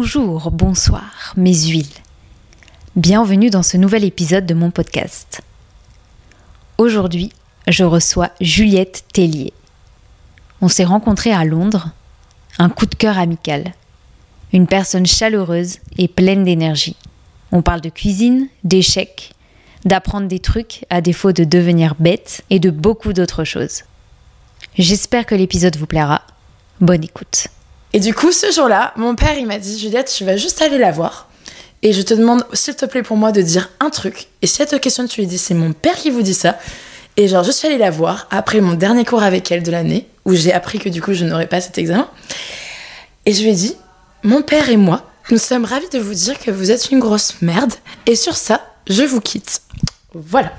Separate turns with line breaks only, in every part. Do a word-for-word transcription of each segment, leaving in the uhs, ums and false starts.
Bonjour, bonsoir, mes huiles. Bienvenue dans ce nouvel épisode de mon podcast. Aujourd'hui, je reçois Juliette Tellier. On s'est rencontrés à Londres, un coup de cœur amical. Une personne chaleureuse et pleine d'énergie. On parle de cuisine, d'échecs, d'apprendre des trucs à défaut de devenir bête et de beaucoup d'autres choses. J'espère que l'épisode vous plaira. Bonne écoute.
Et du coup, ce jour-là, mon père, il m'a dit « Juliette, tu vas juste aller la voir. Et je te demande, s'il te plaît, pour moi, de dire un truc. Et si elle te questionne, tu lui dis « C'est mon père qui vous dit ça. » Et genre, je suis allée la voir après mon dernier cours avec elle de l'année, où j'ai appris que du coup, je n'aurais pas cet examen. Et je lui ai dit « Mon père et moi, nous sommes ravis de vous dire que vous êtes une grosse merde. Et sur ça, je vous quitte. » Voilà.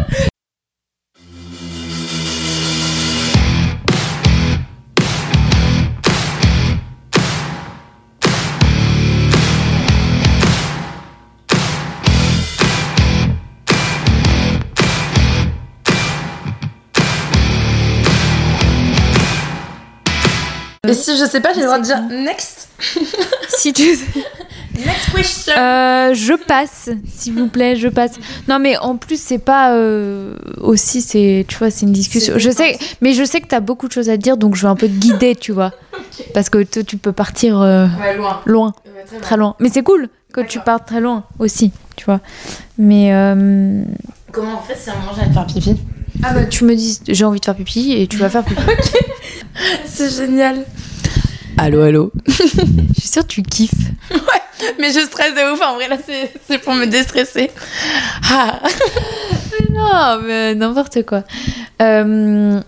Et si je sais pas, j'ai le droit de dire next.
Si tu...
Next question.
Euh, je passe, s'il vous plaît, je passe. Non, mais en plus, c'est pas euh, aussi, c'est, tu vois, c'est une discussion. C'est je sais, mais je sais que t'as beaucoup de choses à dire, donc je vais un peu te guider, tu vois, okay. Parce que toi, tu peux partir euh,
ouais, loin,
loin,
ouais, très,
très loin. Mais c'est cool que
D'accord.
tu partes très loin aussi, tu vois. Mais euh...
comment on fait si à un moment j'ai envie de faire pipi?
Ah bah tu me dis j'ai envie de faire pipi et tu vas faire pipi.
Okay. C'est génial. Allô, allô.
Je suis sûre que tu kiffes.
Ouais, mais je stresse de ouf. En vrai, là, c'est, c'est pour me déstresser. Ah.
Mais non, mais n'importe quoi. Euh,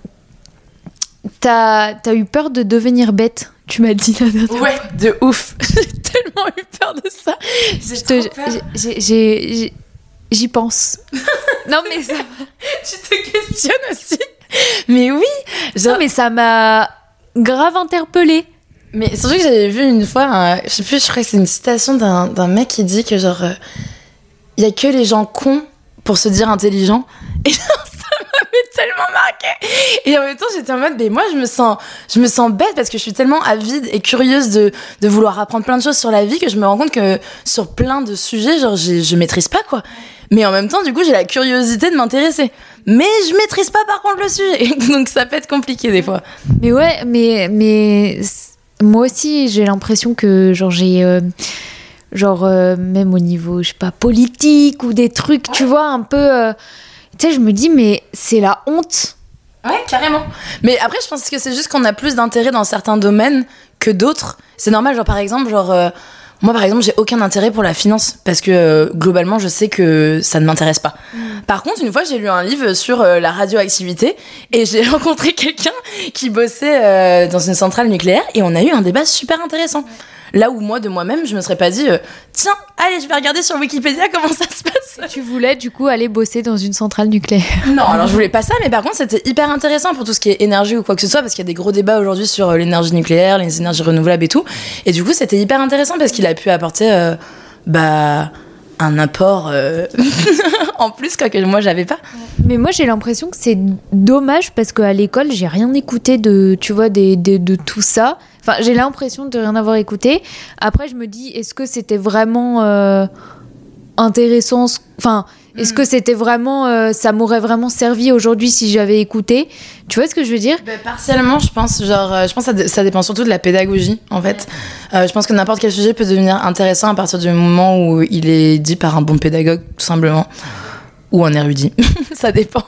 t'as, t'as eu peur de devenir bête, tu m'as dit la dernière fois.
Ouais, de ouf. J'ai tellement eu peur de ça. J'ai
je
trop
te,
peur.
J'ai, j'ai, j'ai, j'y pense. Non, mais ça...
Tu te questionnes aussi. Mais oui.
Genre... Non, mais ça m'a grave interpellée.
Mais surtout que j'avais vu une fois, un, je sais plus, je crois que c'est une citation d'un, d'un mec qui dit que genre, il euh, y a que les gens cons pour se dire intelligents. Et genre, ça m'avait tellement marqué. Et en même temps, j'étais en mode, mais moi, je me sens, je me sens bête parce que je suis tellement avide et curieuse de, de vouloir apprendre plein de choses sur la vie que je me rends compte que sur plein de sujets, genre, j'ai, je maîtrise pas, quoi. Mais en même temps, du coup, j'ai la curiosité de m'intéresser. Mais je maîtrise pas, par contre, le sujet. Donc, ça peut être compliqué, des fois.
Mais ouais, mais, mais moi aussi, j'ai l'impression que, genre, j'ai... Euh, genre, euh, même au niveau, je sais pas, politique ou des trucs, ouais. Tu vois, un peu... Euh, tu sais, je me dis, mais c'est la honte.
Ouais, carrément. Mais après, je pense que c'est juste qu'on a plus d'intérêt dans certains domaines que d'autres. C'est normal, genre, par exemple, genre... Euh, moi, par exemple, j'ai aucun intérêt pour la finance parce que euh, globalement, je sais que ça ne m'intéresse pas. Mmh. Par contre, une fois, j'ai lu un livre sur euh, la radioactivité et j'ai rencontré quelqu'un qui bossait euh, dans une centrale nucléaire et on a eu un débat super intéressant. Ouais. Là où moi, de moi-même, je me serais pas dit euh, tiens, allez, je vais regarder sur Wikipédia comment ça se passe.
Et tu voulais du coup aller bosser dans une centrale nucléaire?
Non, alors je voulais pas ça, mais par contre, c'était hyper intéressant pour tout ce qui est énergie ou quoi que ce soit parce qu'il y a des gros débats aujourd'hui sur l'énergie nucléaire, les énergies renouvelables et tout. Et du coup, c'était hyper intéressant parce qu'il a pu apporter euh, bah, un apport euh, en plus quoi, que moi, j'avais pas.
Mais moi, j'ai l'impression que c'est dommage parce qu'à l'école, j'ai rien écouté de, tu vois, des, des, de tout ça. Enfin, j'ai l'impression de rien avoir écouté. Après, je me dis, est-ce que c'était vraiment euh, intéressant? Enfin, est-ce mmh. que c'était vraiment... Euh, ça m'aurait vraiment servi aujourd'hui si j'avais écouté? Tu vois ce que je veux dire?
Bah, partiellement, je pense. Genre, euh, je pense que ça, d- ça dépend surtout de la pédagogie, en fait. Euh, je pense que n'importe quel sujet peut devenir intéressant à partir du moment où il est dit par un bon pédagogue, tout simplement. Ou un érudit. Ça dépend.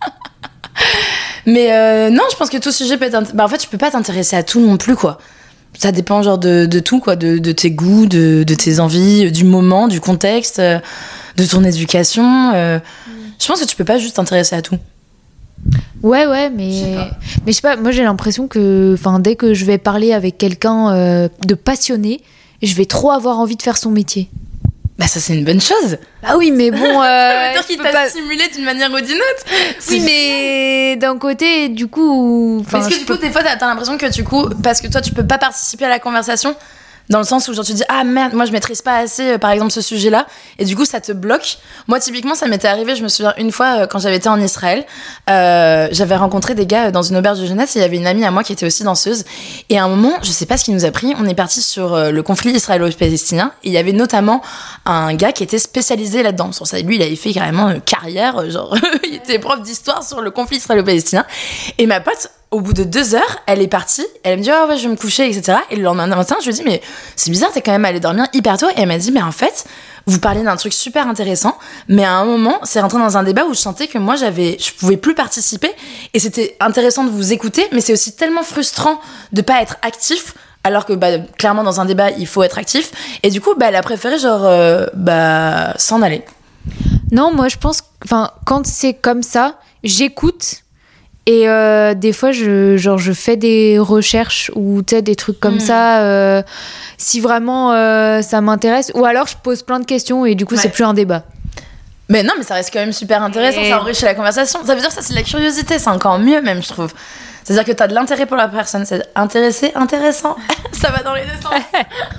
Mais euh, non, je pense que tout sujet peut être... Int- bah, en fait, tu peux pas t'intéresser à tout non plus, quoi. Ça dépend genre de, de tout, quoi. De, de tes goûts, de, de tes envies, du moment, du contexte, euh, de ton éducation. Euh, mm. Je pense que tu peux pas juste t'intéresser à tout.
Ouais, ouais, mais... Mais je sais pas, moi j'ai l'impression que... Enfin, dès que je vais parler avec quelqu'un euh, de passionné, je vais trop avoir envie de faire son métier.
Bah ça c'est une bonne chose.
Ah oui mais bon... Euh,
ça veut dire qu'il t'a
pas...
stimulé d'une manière ou d'une autre. C'est
oui mais d'un côté du coup...
Parce que du coup peux... des fois t'as, t'as l'impression que du coup, parce que toi tu peux pas participer à la conversation, Dans le sens où genre tu dis ah merde, moi je maîtrise pas assez euh, par exemple ce sujet-là et du coup ça te bloque. Moi typiquement ça m'était arrivé, je me souviens une fois euh, quand j'avais été en Israël, euh, j'avais rencontré des gars dans une auberge de jeunesse et il y avait une amie à moi qui était aussi danseuse et à un moment, je sais pas ce qui nous a pris, on est parti sur euh, le conflit israélo-palestinien et il y avait notamment un gars qui était spécialisé là-dedans. Sur ça, lui il avait fait carrément une carrière, genre il était prof d'histoire sur le conflit israélo-palestinien et ma pote au bout de deux heures, elle est partie. Elle me dit, oh ouais, je vais me coucher, et cetera. Et le lendemain matin, je lui dis, mais c'est bizarre, t'es quand même allée dormir hyper tôt. Et elle m'a dit, mais en fait, vous parlez d'un truc super intéressant. Mais à un moment, c'est rentré dans un débat où je sentais que moi, j'avais, je pouvais plus participer. Et c'était intéressant de vous écouter, mais c'est aussi tellement frustrant de pas être actif. Alors que, bah, clairement, dans un débat, il faut être actif. Et du coup, bah, elle a préféré, genre, euh, bah, s'en aller.
Non, moi, je pense, enfin, quand c'est comme ça, j'écoute. Et euh, des fois, je, genre, je fais des recherches ou des trucs comme mmh. ça, euh, si vraiment euh, ça m'intéresse. Ou alors, je pose plein de questions et du coup, ouais. c'est plus un débat.
Mais non, mais ça reste quand même super intéressant, et... ça enrichit la conversation. Ça veut dire que ça, c'est de la curiosité, c'est encore mieux même, je trouve. C'est-à-dire que t'as de l'intérêt pour la personne, c'est intéressé, intéressant. Ça va dans les deux sens.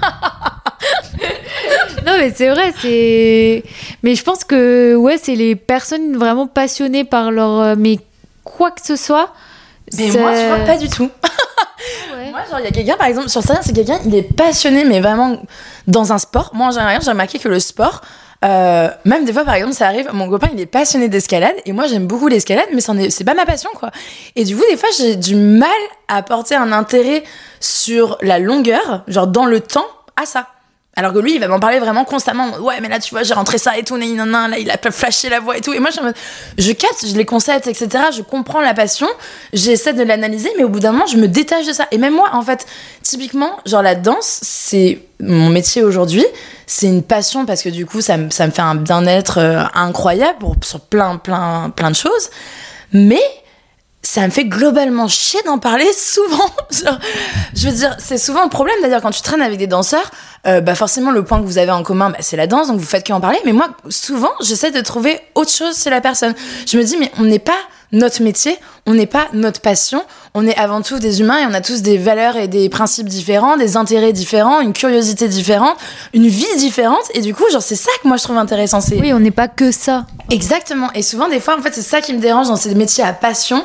Non, mais c'est vrai, c'est... Mais je pense que, ouais, c'est les personnes vraiment passionnées par leur... Mais quoi que ce soit.
Mais
c'est...
moi, tu vois, pas du tout. Ouais. Moi, genre, il y a quelqu'un, par exemple, sur ça, c'est quelqu'un, il est passionné, mais vraiment dans un sport. Moi, en général, j'ai remarqué que le sport, euh, même des fois, par exemple, ça arrive, mon copain, il est passionné d'escalade, et moi, j'aime beaucoup l'escalade, mais c'en est, c'est pas ma passion, quoi. Et du coup, des fois, j'ai du mal à porter un intérêt sur la longueur, genre dans le temps, à ça. Alors que lui, il va m'en parler vraiment constamment. Ouais, mais là, tu vois, j'ai rentré ça et tout, nan, nan, nan, là, il a flashé la voix et tout. Et moi, je, je capte je les concepts, et cetera. Je comprends la passion, j'essaie de l'analyser, mais au bout d'un moment, je me détache de ça. Et même moi, en fait, typiquement, genre la danse, c'est mon métier aujourd'hui. C'est une passion parce que du coup, ça, ça me fait un bien-être euh, incroyable pour, sur plein, plein, plein de choses. Mais ça me fait globalement chier d'en parler souvent. Genre, je veux dire, c'est souvent un problème d'ailleurs quand tu traînes avec des danseurs. Euh, bah forcément, le point que vous avez en commun, bah, c'est la danse, donc vous faites qu'en parler. Mais moi, souvent, j'essaie de trouver autre chose chez la personne. Je me dis, mais on n'est pas notre métier, on n'est pas notre passion. On est avant tout des humains et on a tous des valeurs et des principes différents, des intérêts différents, une curiosité différente, une vie différente. Et du coup, genre, c'est ça que moi je trouve intéressant. C'est...
Oui, on n'est pas que ça.
Exactement. Et souvent, des fois, en fait, c'est ça qui me dérange dans ces métiers à passion.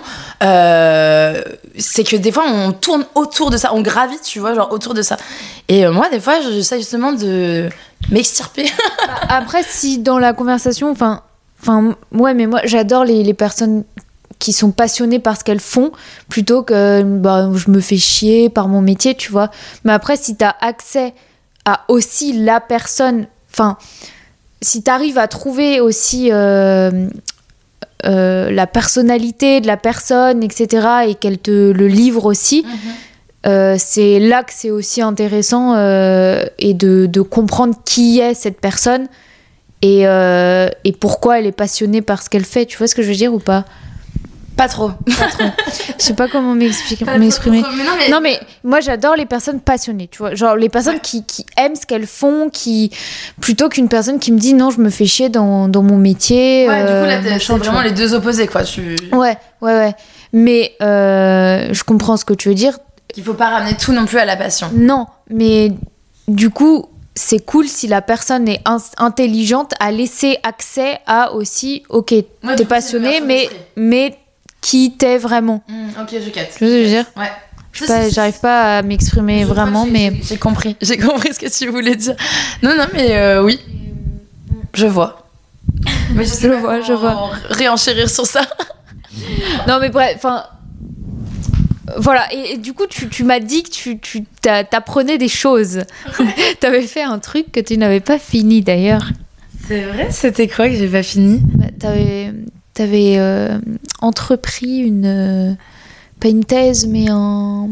Euh, c'est que des fois, on tourne autour de ça, on gravite, tu vois, genre autour de ça. Et euh, moi, des fois, j'essaie justement de m'extirper.
Bah, après, si dans la conversation, enfin, enfin, ouais, mais moi, j'adore les, les personnes qui sont passionnées par ce qu'elles font plutôt que bah, je me fais chier par mon métier, tu vois. Mais après, si t'as accès à aussi la personne, enfin, si t'arrives à trouver aussi euh, euh, la personnalité de la personne, et cetera, et qu'elle te le livre aussi, mm-hmm. euh, c'est là que c'est aussi intéressant euh, et de, de comprendre qui est cette personne et, euh, et pourquoi elle est passionnée par ce qu'elle fait. Tu vois ce que je veux dire ou pas ?
Pas trop. Pas trop.
Je sais pas comment m'expliquer, m'exprimer. Trop, trop, mais non, mais... non, mais moi, j'adore les personnes passionnées, tu vois. Genre, les personnes ouais. qui, qui aiment ce qu'elles font, qui... plutôt qu'une personne qui me dit non, je me fais chier dans, dans mon métier.
Ouais,
euh,
du coup, là, c'est vraiment les deux opposés, quoi. Tu...
Ouais, ouais, ouais. Mais euh, je comprends ce que tu veux dire.
Qu'il faut pas ramener tout non plus à la passion.
Non, mais du coup... c'est cool si la personne est in- intelligente à laisser accès à aussi, ok, ouais, t'es passionné, mais, mais qui t'es vraiment.
Mmh, ok, je capte.
Tu veux dire ?
Ouais.
Je sais pas, j'arrive pas à m'exprimer je vraiment, mais...
J'ai, j'ai compris, j'ai compris ce que tu voulais dire. Non, non, mais euh, oui, je vois.
Mais je, je vois, je vois.
Réenchérir sur ça.
Non, mais bref, enfin... Voilà, et, et du coup, tu, tu m'as dit que tu, tu t'apprenais des choses. T'avais fait un truc que tu n'avais pas fini, d'ailleurs.
C'est vrai ? C'était quoi que j'ai pas fini ?
Bah, t'avais t'avais euh, entrepris une... Euh, pas une thèse, mais un...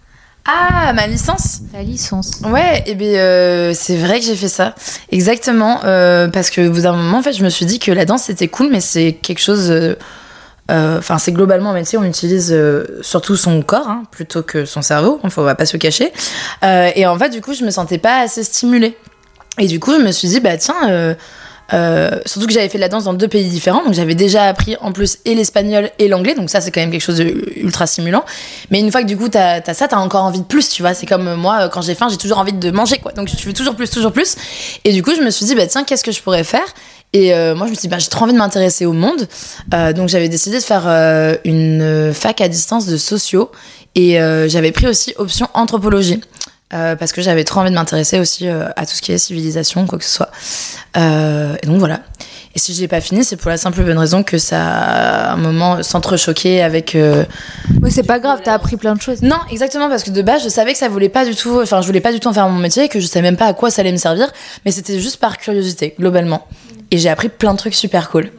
Ah, ma licence ?
La licence.
Ouais, et bien euh, c'est vrai que j'ai fait ça. Exactement, euh, parce que au bout d'un moment, en fait, je me suis dit que la danse, c'était cool, mais c'est quelque chose... Euh, Enfin, euh, c'est globalement un métier où on utilise euh, surtout son corps hein, plutôt que son cerveau, on ne va pas se cacher. Euh, et en fait, du coup, je me sentais pas assez stimulée. Et du coup, je me suis dit, bah tiens, euh, Euh, surtout que j'avais fait de la danse dans deux pays différents, donc j'avais déjà appris en plus et l'espagnol et l'anglais, donc ça c'est quand même quelque chose d'ultra stimulant. Mais une fois que du coup t'as, t'as ça, t'as encore envie de plus, tu vois. C'est comme moi, quand j'ai faim, j'ai toujours envie de manger, quoi. Donc tu fais toujours plus, toujours plus. Et du coup, je me suis dit, bah tiens, qu'est-ce que je pourrais faire ? Et euh, moi, je me suis dit, bah, j'ai trop envie de m'intéresser au monde. Euh, donc j'avais décidé de faire euh, une fac à distance de sociaux. Et euh, j'avais pris aussi option anthropologie. Euh, parce que j'avais trop envie de m'intéresser aussi euh, à tout ce qui est civilisation, quoi que ce soit. Euh, et donc voilà. Et si je l'ai pas fini, c'est pour la simple et bonne raison que ça a un moment s'entrechoqué avec. Euh,
oui, c'est pas grave, t'as appris plein de choses.
Non, exactement, parce que de base, je savais que ça voulait pas du tout. Enfin, je voulais pas du tout en faire mon métier, et que je savais même pas à quoi ça allait me servir, mais c'était juste par curiosité, globalement. Et j'ai appris plein de trucs super cool.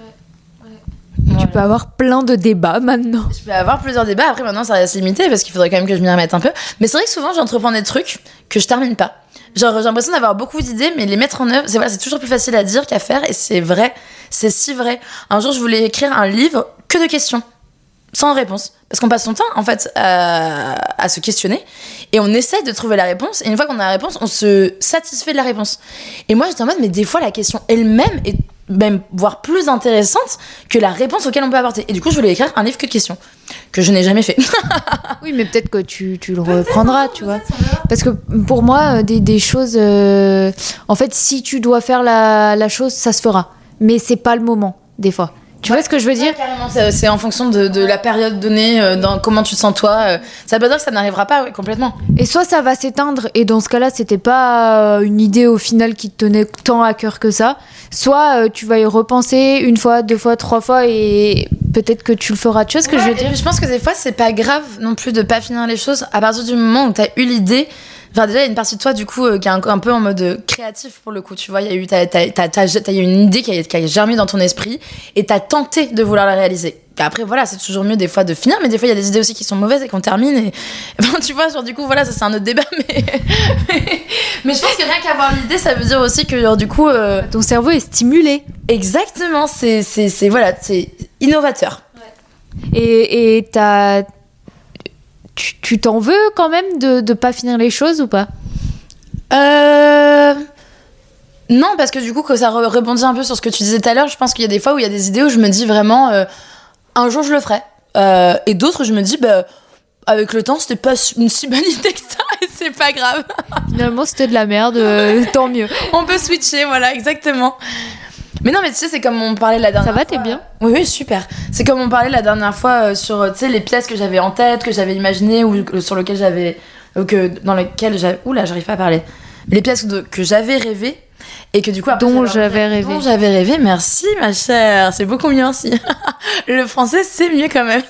Ouais. Tu peux avoir plein de débats maintenant.
Je peux avoir plusieurs débats. Après, maintenant, ça reste limité parce qu'il faudrait quand même que je m'y remette un peu. Mais c'est vrai que souvent, j'entreprends des trucs que je termine pas. Genre, j'ai l'impression d'avoir beaucoup d'idées, mais les mettre en œuvre, c'est, voilà, c'est toujours plus facile à dire qu'à faire. Et c'est vrai, c'est si vrai. Un jour, je voulais écrire un livre que de questions, sans réponse. Parce qu'on passe son temps, en fait, à, à se questionner. Et on essaie de trouver la réponse. Et une fois qu'on a la réponse, on se satisfait de la réponse. Et moi, j'étais en mode, mais des fois, la question elle-même est même voire plus intéressante que la réponse auquel on peut apporter. Et du coup, je voulais écrire un livre que de questions, que je n'ai jamais fait.
Oui, mais peut-être que tu, tu le reprendras, tu vois. Parce que pour moi, des, des choses... Euh... En fait, si tu dois faire la, la chose, ça se fera. Mais c'est pas le moment, des fois. Tu ouais, vois ce que je veux dire ?
Ouais, carrément, c'est, c'est en fonction de, de la période donnée, euh, dans comment tu te sens toi. Euh, ça veut dire que ça n'arrivera pas, oui, complètement.
Et soit ça va s'éteindre, et dans ce cas-là, c'était pas une idée au final qui te tenait tant à cœur que ça. Soit euh, tu vas y repenser une fois, deux fois, trois fois, et peut-être que tu le feras. Tu vois ce que
ouais,
je veux dire ?
Je pense que des fois, c'est pas grave non plus de pas finir les choses. À partir du moment où t'as eu l'idée. Enfin, déjà, il y a une partie de toi, du coup, euh, qui est un, un peu en mode créatif, pour le coup, tu vois. Il y a eu, t'as, t'as, t'as, t'as, t'as eu une idée qui a, qui a germé dans ton esprit et t'as tenté de vouloir la réaliser. Et après, voilà, c'est toujours mieux, des fois, de finir, mais des fois, il y a des idées aussi qui sont mauvaises et qu'on termine. Et, enfin, tu vois, genre, du coup, voilà, ça, c'est un autre débat, mais, mais, mais je pense que rien qu'avoir l'idée, ça veut dire aussi que, genre, du coup. Euh...
Ton cerveau est stimulé.
Exactement, c'est, c'est, c'est, voilà, c'est innovateur.
Ouais. Et, et t'as. Tu, tu t'en veux quand même de ne pas finir les choses ou pas ?
Euh... Non, parce que du coup, que ça re- rebondit un peu sur ce que tu disais tout à l'heure, je pense qu'il y a des fois où il y a des idées où je me dis vraiment, euh, un jour je le ferai. Euh, et d'autres, je me dis, bah, avec le temps, c'était pas une si bonne idée que ça, et c'est pas grave.
Finalement, c'était de la merde, euh, tant mieux.
On peut switcher, voilà, exactement. Mais non, mais tu sais, c'est comme on parlait la dernière fois.
Ça va, t'es bien ?
Oui, oui, super. C'est comme on parlait la dernière fois euh, sur, tu sais, les pièces que j'avais en tête, que j'avais imaginées ou euh, sur lesquelles j'avais, euh, que dans lesquelles j'avais, oula, j'arrive pas à parler. Les pièces de, que j'avais rêvé et que du coup après,
dont j'avais rêvé.
Dont j'avais rêvé. Merci, ma chère. C'est beaucoup mieux ainsi. Le français, c'est mieux quand même.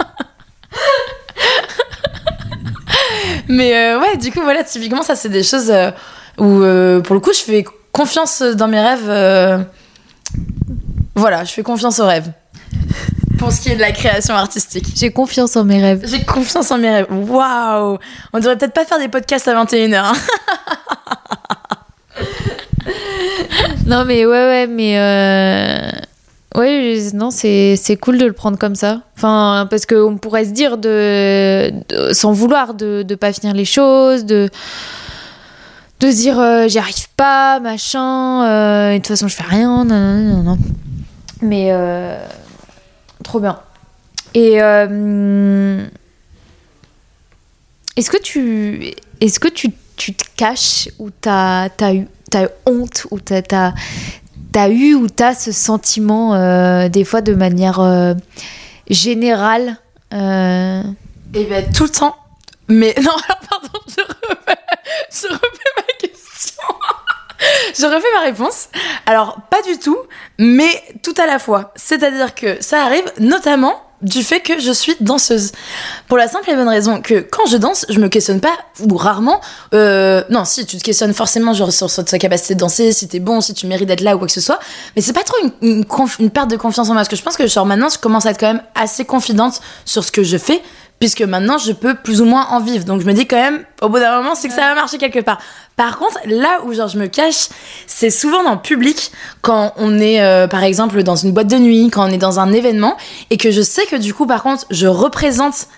Mais euh, ouais, du coup, voilà, typiquement, ça, c'est des choses euh, où, euh, pour le coup, je fais confiance dans mes rêves. Euh, Voilà, je fais confiance aux rêves. Pour ce qui est de la création artistique.
J'ai confiance en mes rêves.
J'ai confiance en mes rêves. Waouh! On devrait peut-être pas faire des podcasts à vingt et une heures. Hein.
Non, mais ouais, ouais, mais. Euh... Ouais, non, c'est, c'est cool de le prendre comme ça. Enfin, parce qu'on pourrait se dire, de, de, sans vouloir, de ne pas finir les choses, de. De se dire, euh, j'y arrive pas, machin, euh, et de toute façon, je fais rien, non, non, non, non. Mais euh, trop bien. Et euh, est-ce que tu, est-ce que tu, tu te caches ou t'as, t'as eu, t'as eu honte ou t'as, t'as, t'as eu ou t'as ce sentiment euh, des fois de manière euh, générale euh...
Eh ben tout le temps. Mais non, alors pardon, je refais, je refais ma question. Je refais ma réponse. Alors, pas du tout, mais tout à la fois. C'est-à-dire que ça arrive notamment du fait que je suis danseuse. Pour la simple et bonne raison que quand je danse, je me questionne pas, ou rarement, euh, non, si, tu te questionnes forcément genre, sur, sur ta capacité de danser, si t'es bon, si tu mérites d'être là ou quoi que ce soit, mais c'est pas trop une, une, conf, une perte de confiance en moi, parce que je pense que genre, maintenant, je commence à être quand même assez confidente sur ce que je fais, puisque maintenant, je peux plus ou moins en vivre. Donc, je me dis quand même, au bout d'un moment, c'est que ça va marcher quelque part. Par contre, là où genre, je me cache, c'est souvent dans le public, quand on est, euh, par exemple, dans une boîte de nuit, quand on est dans un événement, et que je sais que du coup, par contre, je représente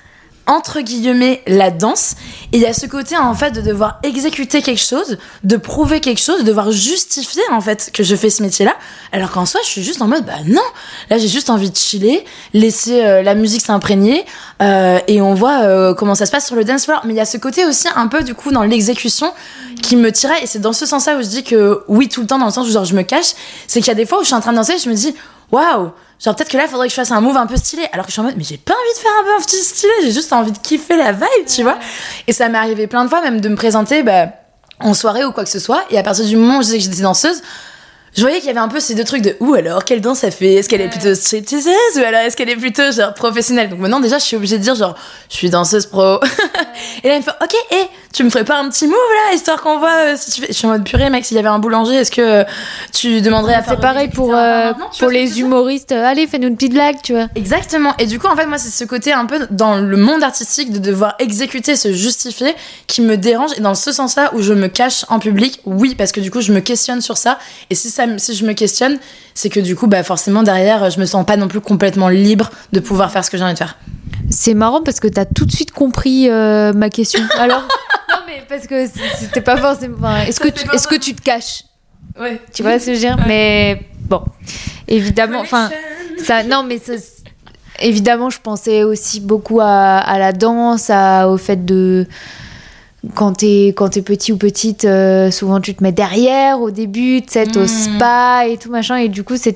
entre guillemets la danse, et il y a ce côté en fait de devoir exécuter quelque chose, de prouver quelque chose, de devoir justifier en fait que je fais ce métier-là, alors qu'en soi je suis juste en mode bah non, là j'ai juste envie de chiller, laisser euh, la musique s'imprégner euh, et on voit euh, comment ça se passe sur le dance floor. Mais il y a ce côté aussi un peu du coup dans l'exécution qui me tirait, et c'est dans ce sens-là où je dis que oui tout le temps, dans le sens où genre je me cache, c'est qu'il y a des fois où je suis en train de danser et je me dis waouh, genre peut-être que là il faudrait que je fasse un move un peu stylé, alors que je suis en mode mais j'ai pas envie de faire un peu un petit stylé, j'ai juste envie de kiffer la vibe, tu ouais. vois. Et ça m'est arrivé plein de fois même de me présenter bah, en soirée ou quoi que ce soit, et à partir du moment où je disais que j'étais danseuse, je voyais qu'il y avait un peu ces deux trucs de ouh alors quelle danse ça fait, est-ce qu'elle est plutôt stripteaseuse ou alors est-ce qu'elle est plutôt genre professionnelle. Donc maintenant déjà je suis obligée de dire genre je suis danseuse pro. Et là il me fait ok, et tu me ferais pas un petit move là histoire qu'on voit euh, si tu fais. Je suis en mode purée mec, s'il y avait un boulanger, est-ce que euh, tu demanderais à faire.
C'est pareil pour euh, pour les humoristes, allez fais-nous une petite blague, tu vois.
Exactement. Et du coup en fait moi c'est ce côté un peu dans le monde artistique de devoir exécuter, se justifier qui me dérange, et dans ce sens là où je me cache en public, oui, parce que du coup je me questionne sur ça, et si ça si je me questionne, c'est que du coup bah forcément derrière je me sens pas non plus complètement libre de pouvoir faire ce que j'ai envie de faire.
C'est marrant parce que t'as tout de suite compris euh, ma question. Alors non mais parce que c'était pas forcément enfin, est-ce ça, que tu, est-ce que tu te caches,
ouais,
tu vois ce que je veux dire, ouais. Mais bon évidemment enfin ça non mais ça, évidemment je pensais aussi beaucoup à, à la danse, à, au fait de quand t'es, quand t'es petit ou petite, euh, souvent tu te mets derrière au début, tu sais, mmh. au spa et tout machin, et du coup c'est,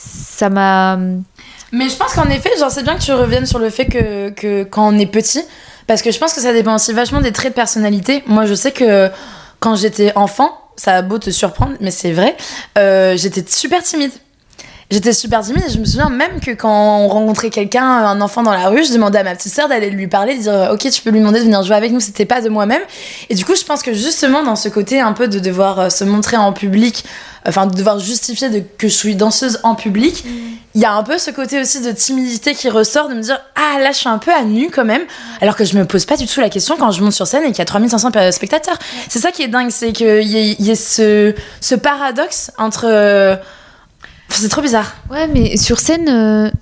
ça m'a...
Mais je pense qu'en effet, genre c'est bien que tu reviennes sur le fait que, que quand on est petit, parce que je pense que ça dépend aussi vachement des traits de personnalité. Moi je sais que quand j'étais enfant, ça a beau te surprendre, mais c'est vrai, euh, j'étais super timide. J'étais super timide, et je me souviens même que quand on rencontrait quelqu'un, un enfant dans la rue, je demandais à ma petite sœur d'aller lui parler, de dire ok tu peux lui demander de venir jouer avec nous, c'était pas de moi-même. Et du coup je pense que justement dans ce côté un peu de devoir se montrer en public, enfin de devoir justifier de, que je suis danseuse en public, il mmh. y a un peu ce côté aussi de timidité qui ressort, de me dire ah là je suis un peu à nu quand même, alors que je me pose pas du tout la question quand je monte sur scène et qu'il y a trois mille cinq cents spectateurs. Ouais. C'est ça qui est dingue, c'est qu'il y ait, y ait ce, ce paradoxe entre... Euh, c'est trop bizarre.
Ouais, mais sur scène, euh...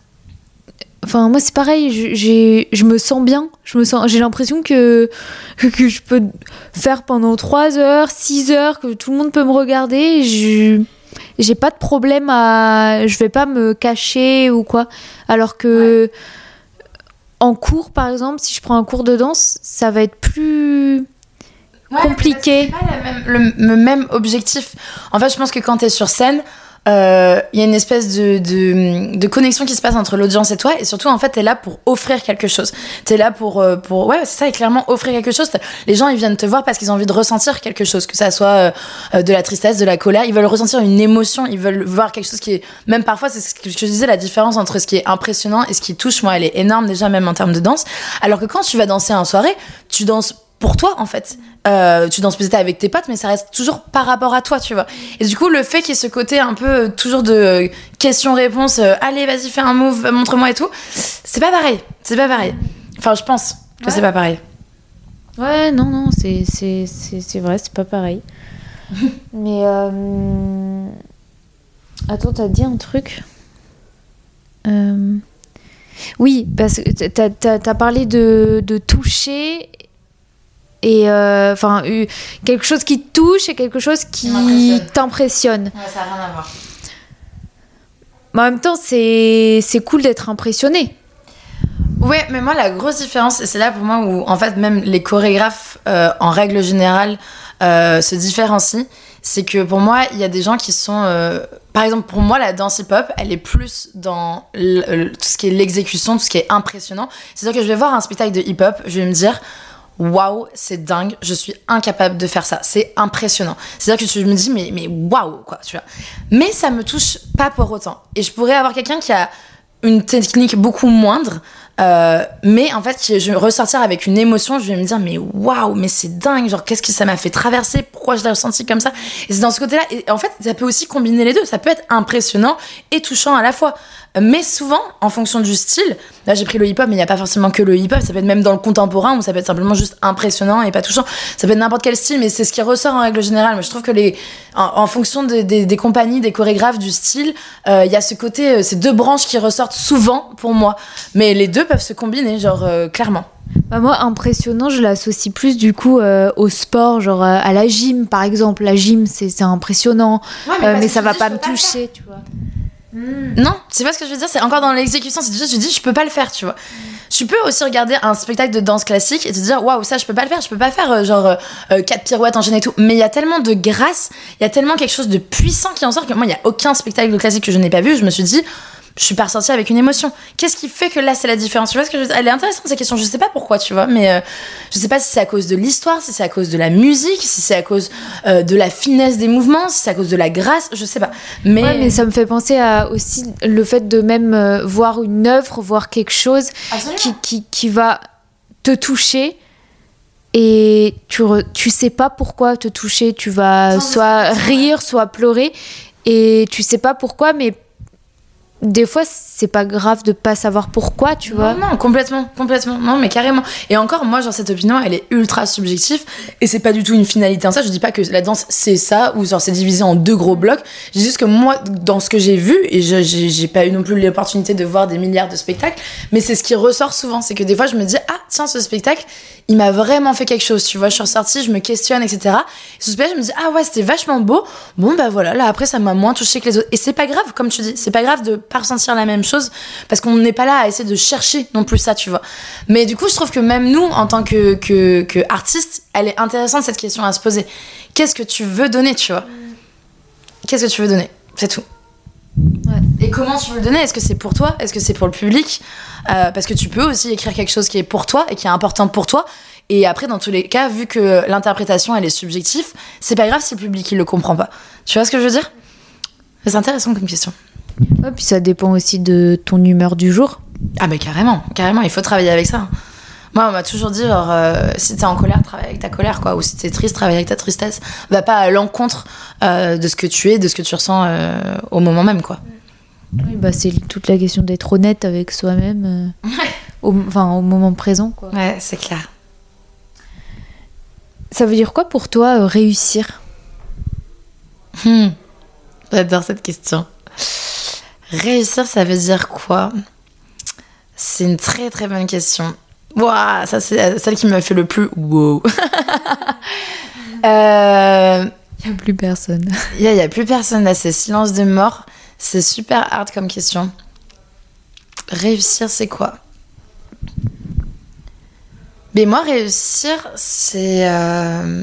enfin moi c'est pareil. Je, j'ai, je me sens bien. Je me sens. J'ai l'impression que que je peux faire pendant trois heures, six heures, que tout le monde peut me regarder. Je j'ai pas de problème à. Je vais pas me cacher ou quoi. Alors que ouais. en cours, par exemple, si je prends un cours de danse, ça va être plus ouais, compliqué.
C'est pas la même, le, le même objectif. En fait, je pense que quand t'es sur scène. Il euh, y a une espèce de, de, de connexion qui se passe entre l'audience et toi, et surtout en fait t'es là pour offrir quelque chose, t'es là pour, pour ouais c'est ça, et clairement offrir quelque chose. Les gens ils viennent te voir parce qu'ils ont envie de ressentir quelque chose, que ça soit euh, de la tristesse, de la colère, ils veulent ressentir une émotion, ils veulent voir quelque chose qui est, même parfois c'est ce que je disais, la différence entre ce qui est impressionnant et ce qui touche, moi elle est énorme déjà même en termes de danse, alors que quand tu vas danser en soirée, tu danses pour toi en fait, euh, tu danses peut-être avec tes potes, mais ça reste toujours par rapport à toi, tu vois. Et du coup le fait qu'il y ait ce côté un peu euh, toujours de euh, question-réponse, euh, allez vas-y fais un move, montre-moi et tout, c'est pas pareil, c'est pas pareil, enfin je pense que ouais. c'est pas pareil.
Ouais non non c'est, c'est, c'est, c'est vrai, c'est pas pareil. Mais euh... attends, t'as dit un truc euh... oui, parce que t'as, t'as, t'as parlé de, de toucher et enfin euh, quelque chose qui te touche et quelque chose qui m'impressionne. t'impressionne.
Ouais, ça n'a rien à voir.
Mais en même temps, c'est c'est cool d'être impressionné.
Ouais, mais moi la grosse différence, et c'est là pour moi où en fait même les chorégraphes euh, en règle générale euh, se différencient, c'est que pour moi il y a des gens qui sont euh, par exemple pour moi la danse hip-hop elle est plus dans l- l- tout ce qui est l'exécution, tout ce qui est impressionnant. C'est-à-dire que je vais voir un spectacle de hip-hop, je vais me dire waouh, c'est dingue, je suis incapable de faire ça, c'est impressionnant. C'est-à-dire que je me dis, mais, mais waouh, quoi, tu vois. Mais ça me touche pas pour autant. Et je pourrais avoir quelqu'un qui a une technique beaucoup moindre, euh, mais en fait, qui, je vais ressortir avec une émotion, je vais me dire, mais waouh, mais c'est dingue, genre, qu'est-ce que ça m'a fait traverser, pourquoi je l'ai ressenti comme ça. Et c'est dans ce côté-là, et en fait, ça peut aussi combiner les deux, ça peut être impressionnant et touchant à la fois. Mais souvent, en fonction du style, là j'ai pris le hip-hop, mais il n'y a pas forcément que le hip-hop, ça peut être même dans le contemporain, où ça peut être simplement juste impressionnant et pas touchant. Ça peut être n'importe quel style, mais c'est ce qui ressort en règle générale. Mais je trouve que les, en, en fonction de, de, des compagnies, des chorégraphes, du style, il euh, y a ce côté, euh, ces deux branches qui ressortent souvent pour moi. Mais les deux peuvent se combiner, genre euh, clairement.
Bah moi, impressionnant, je l'associe plus du coup euh, au sport, genre euh, à la gym par exemple. La gym, c'est, c'est impressionnant,
Ouais, mais,
euh, mais
que
ça
je
va
dis,
pas
je
me
peux
toucher,
le
tu vois.
Mm. Non, c'est pas ce que je veux dire, c'est encore dans l'exécution. C'est juste, je dis, je peux pas le faire, tu vois. Mm. Tu peux aussi regarder un spectacle de danse classique et te dire, waouh, ça, je peux pas le faire, je peux pas faire euh, genre euh, euh, quatre pirouettes enchaînées et tout. Mais il y a tellement de grâce, il y a tellement quelque chose de puissant qui en sort que moi, il y a aucun spectacle de classique que je n'ai pas vu. Je me suis dit, je suis pas ressortie avec une émotion. Qu'est-ce qui fait que là, c'est la différence? Tu vois ce que je veux dire? Elle est intéressante, cette question. Je sais pas pourquoi, tu vois, mais euh, je sais pas si c'est à cause de l'histoire, si c'est à cause de la musique, si c'est à cause euh, de la finesse des mouvements, si c'est à cause de la grâce, je sais pas. Mais,
Ouais, mais ça me fait penser à aussi le fait de même euh, voir une œuvre, voir quelque chose qui, qui, qui va te toucher et tu, re, tu sais pas pourquoi te toucher. Tu vas Sans soit rire, soit pleurer et tu sais pas pourquoi, mais des fois, c'est pas grave de pas savoir pourquoi, tu
non,
vois.
Non, complètement, complètement. Non, mais carrément. Et encore, moi, genre, cette opinion, elle est ultra subjective et c'est pas du tout une finalité en ça. Je dis pas que la danse, c'est ça ou genre, c'est divisé en deux gros blocs. Je dis juste que moi, dans ce que j'ai vu, et je, j'ai, j'ai pas eu non plus l'opportunité de voir des milliards de spectacles, mais c'est ce qui ressort souvent. C'est que des fois, je me dis, ah, tiens, ce spectacle, il m'a vraiment fait quelque chose, tu vois. Je suis ressortie, je me questionne, et cetera. Et ce spectacle, je me dis, ah ouais, c'était vachement beau. Bon, bah voilà, là, après, ça m'a moins touché que les autres. Et c'est pas grave, comme tu dis, c'est pas grave de pas ressentir la même chose parce qu'on n'est pas là à essayer de chercher non plus ça, tu vois. Mais du coup, je trouve que même nous, en tant que, que, que artistes, elle est intéressante cette question à se poser. Qu'est-ce que tu veux donner, tu vois? Qu'est-ce que tu veux donner? C'est tout. Ouais. Et comment tu veux le donner? Est-ce que c'est pour toi? Est-ce que c'est pour le public? euh, Parce que tu peux aussi écrire quelque chose qui est pour toi et qui est important pour toi. Et après, dans tous les cas, vu que l'interprétation, elle est subjective, c'est pas grave si le public, il le comprend pas. Tu vois ce que je veux dire? C'est intéressant comme question.
Ouais, puis ça dépend aussi de ton humeur du jour.
Ah mais carrément, carrément, il faut travailler avec ça. Moi, on m'a toujours dit, genre, euh, si t'es en colère, travaille avec ta colère, quoi. Ou si t'es triste, travaille avec ta tristesse. Va pas à l'encontre euh, de ce que tu es, de ce que tu ressens euh, au moment même, quoi.
Oui, bah c'est toute la question d'être honnête avec soi-même, euh,
ouais.
au, enfin, au moment présent, quoi.
Ouais, c'est clair.
Ça veut dire quoi pour toi, euh, réussir?
hmm. J'adore cette question. Réussir, ça veut dire quoi? C'est une très très bonne question. Ouah, ça c'est celle qui m'a fait le plus wow. euh...
Il n'y a plus personne.
Il n'y a, a plus personne là, c'est silence de mort. C'est super hard comme question. Réussir, c'est quoi? Mais moi, réussir, c'est... Euh...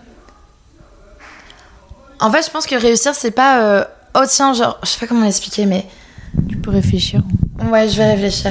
En fait, je pense que réussir, c'est pas... Euh... Oh tiens, genre... Je sais pas comment l'expliquer, mais...
Tu peux réfléchir.
Ouais, je vais réfléchir.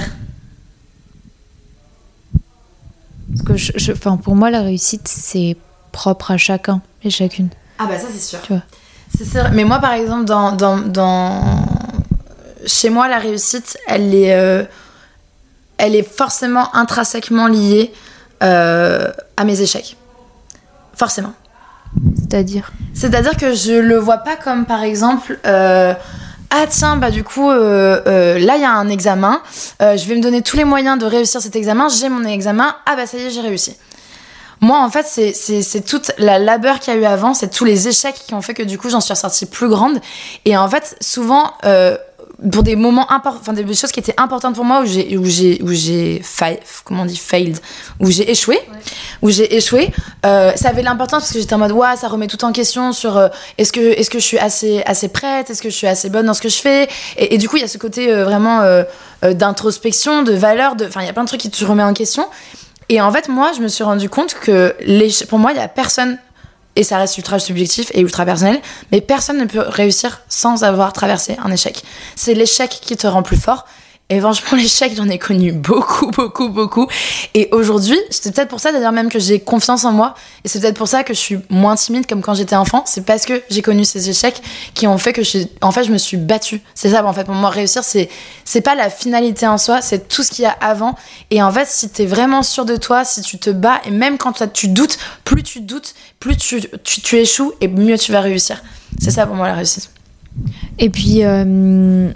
Parce que je, je, enfin, pour moi, la réussite, c'est propre à chacun et chacune.
Ah bah ça, c'est sûr.
Tu vois.
C'est sûr. Mais moi, par exemple, dans, dans, dans... chez moi, la réussite, elle est, euh... elle est forcément intrinsèquement liée euh, à mes échecs. Forcément.
C'est-à-dire
C'est-à-dire que je le vois pas comme, par exemple... Euh... Ah tiens, bah du coup, euh, euh, là il y a un examen, euh, je vais me donner tous les moyens de réussir cet examen, j'ai mon examen, ah bah ça y est, j'ai réussi. Moi en fait, c'est, c'est, c'est toute la labeur qu'il y a eu avant, c'est tous les échecs qui ont fait que du coup j'en suis ressortie plus grande. Et en fait, souvent, euh, pour des moments importants, enfin des choses qui étaient importantes pour moi, où j'ai, où j'ai, où j'ai fail, comment on dit, failed, où j'ai échoué, ouais. où j'ai échoué, euh, ça avait l'importance parce que j'étais en mode, ouais, ça remet tout en question sur euh, est-ce que, est-ce que je suis assez, assez prête, est-ce que je suis assez bonne dans ce que je fais, et, et du coup, il y a ce côté euh, vraiment euh, euh, d'introspection, de valeur, de, enfin, il y a plein de trucs qui te remet en question. Et en fait, moi, je me suis rendu compte que les, pour moi, il y a personne, et ça reste ultra subjectif et ultra personnel, mais personne ne peut réussir sans avoir traversé un échec. C'est l'échec qui te rend plus fort. Et franchement, l'échec, j'en ai connu beaucoup, beaucoup, beaucoup. Et aujourd'hui, c'est peut-être pour ça d'ailleurs même que j'ai confiance en moi. Et c'est peut-être pour ça que je suis moins timide comme quand j'étais enfant. C'est parce que j'ai connu ces échecs qui ont fait que je suis... En fait, je me suis battue. C'est ça, en fait, pour moi, réussir, c'est, c'est pas la finalité en soi, c'est tout ce qu'il y a avant. Et en fait, si t'es vraiment sûr de toi, si tu te bats, et même quand tu doutes, plus tu doutes, plus tu, tu, tu échoues, et mieux tu vas réussir. C'est ça pour moi, la réussite.
Et puis... Euh...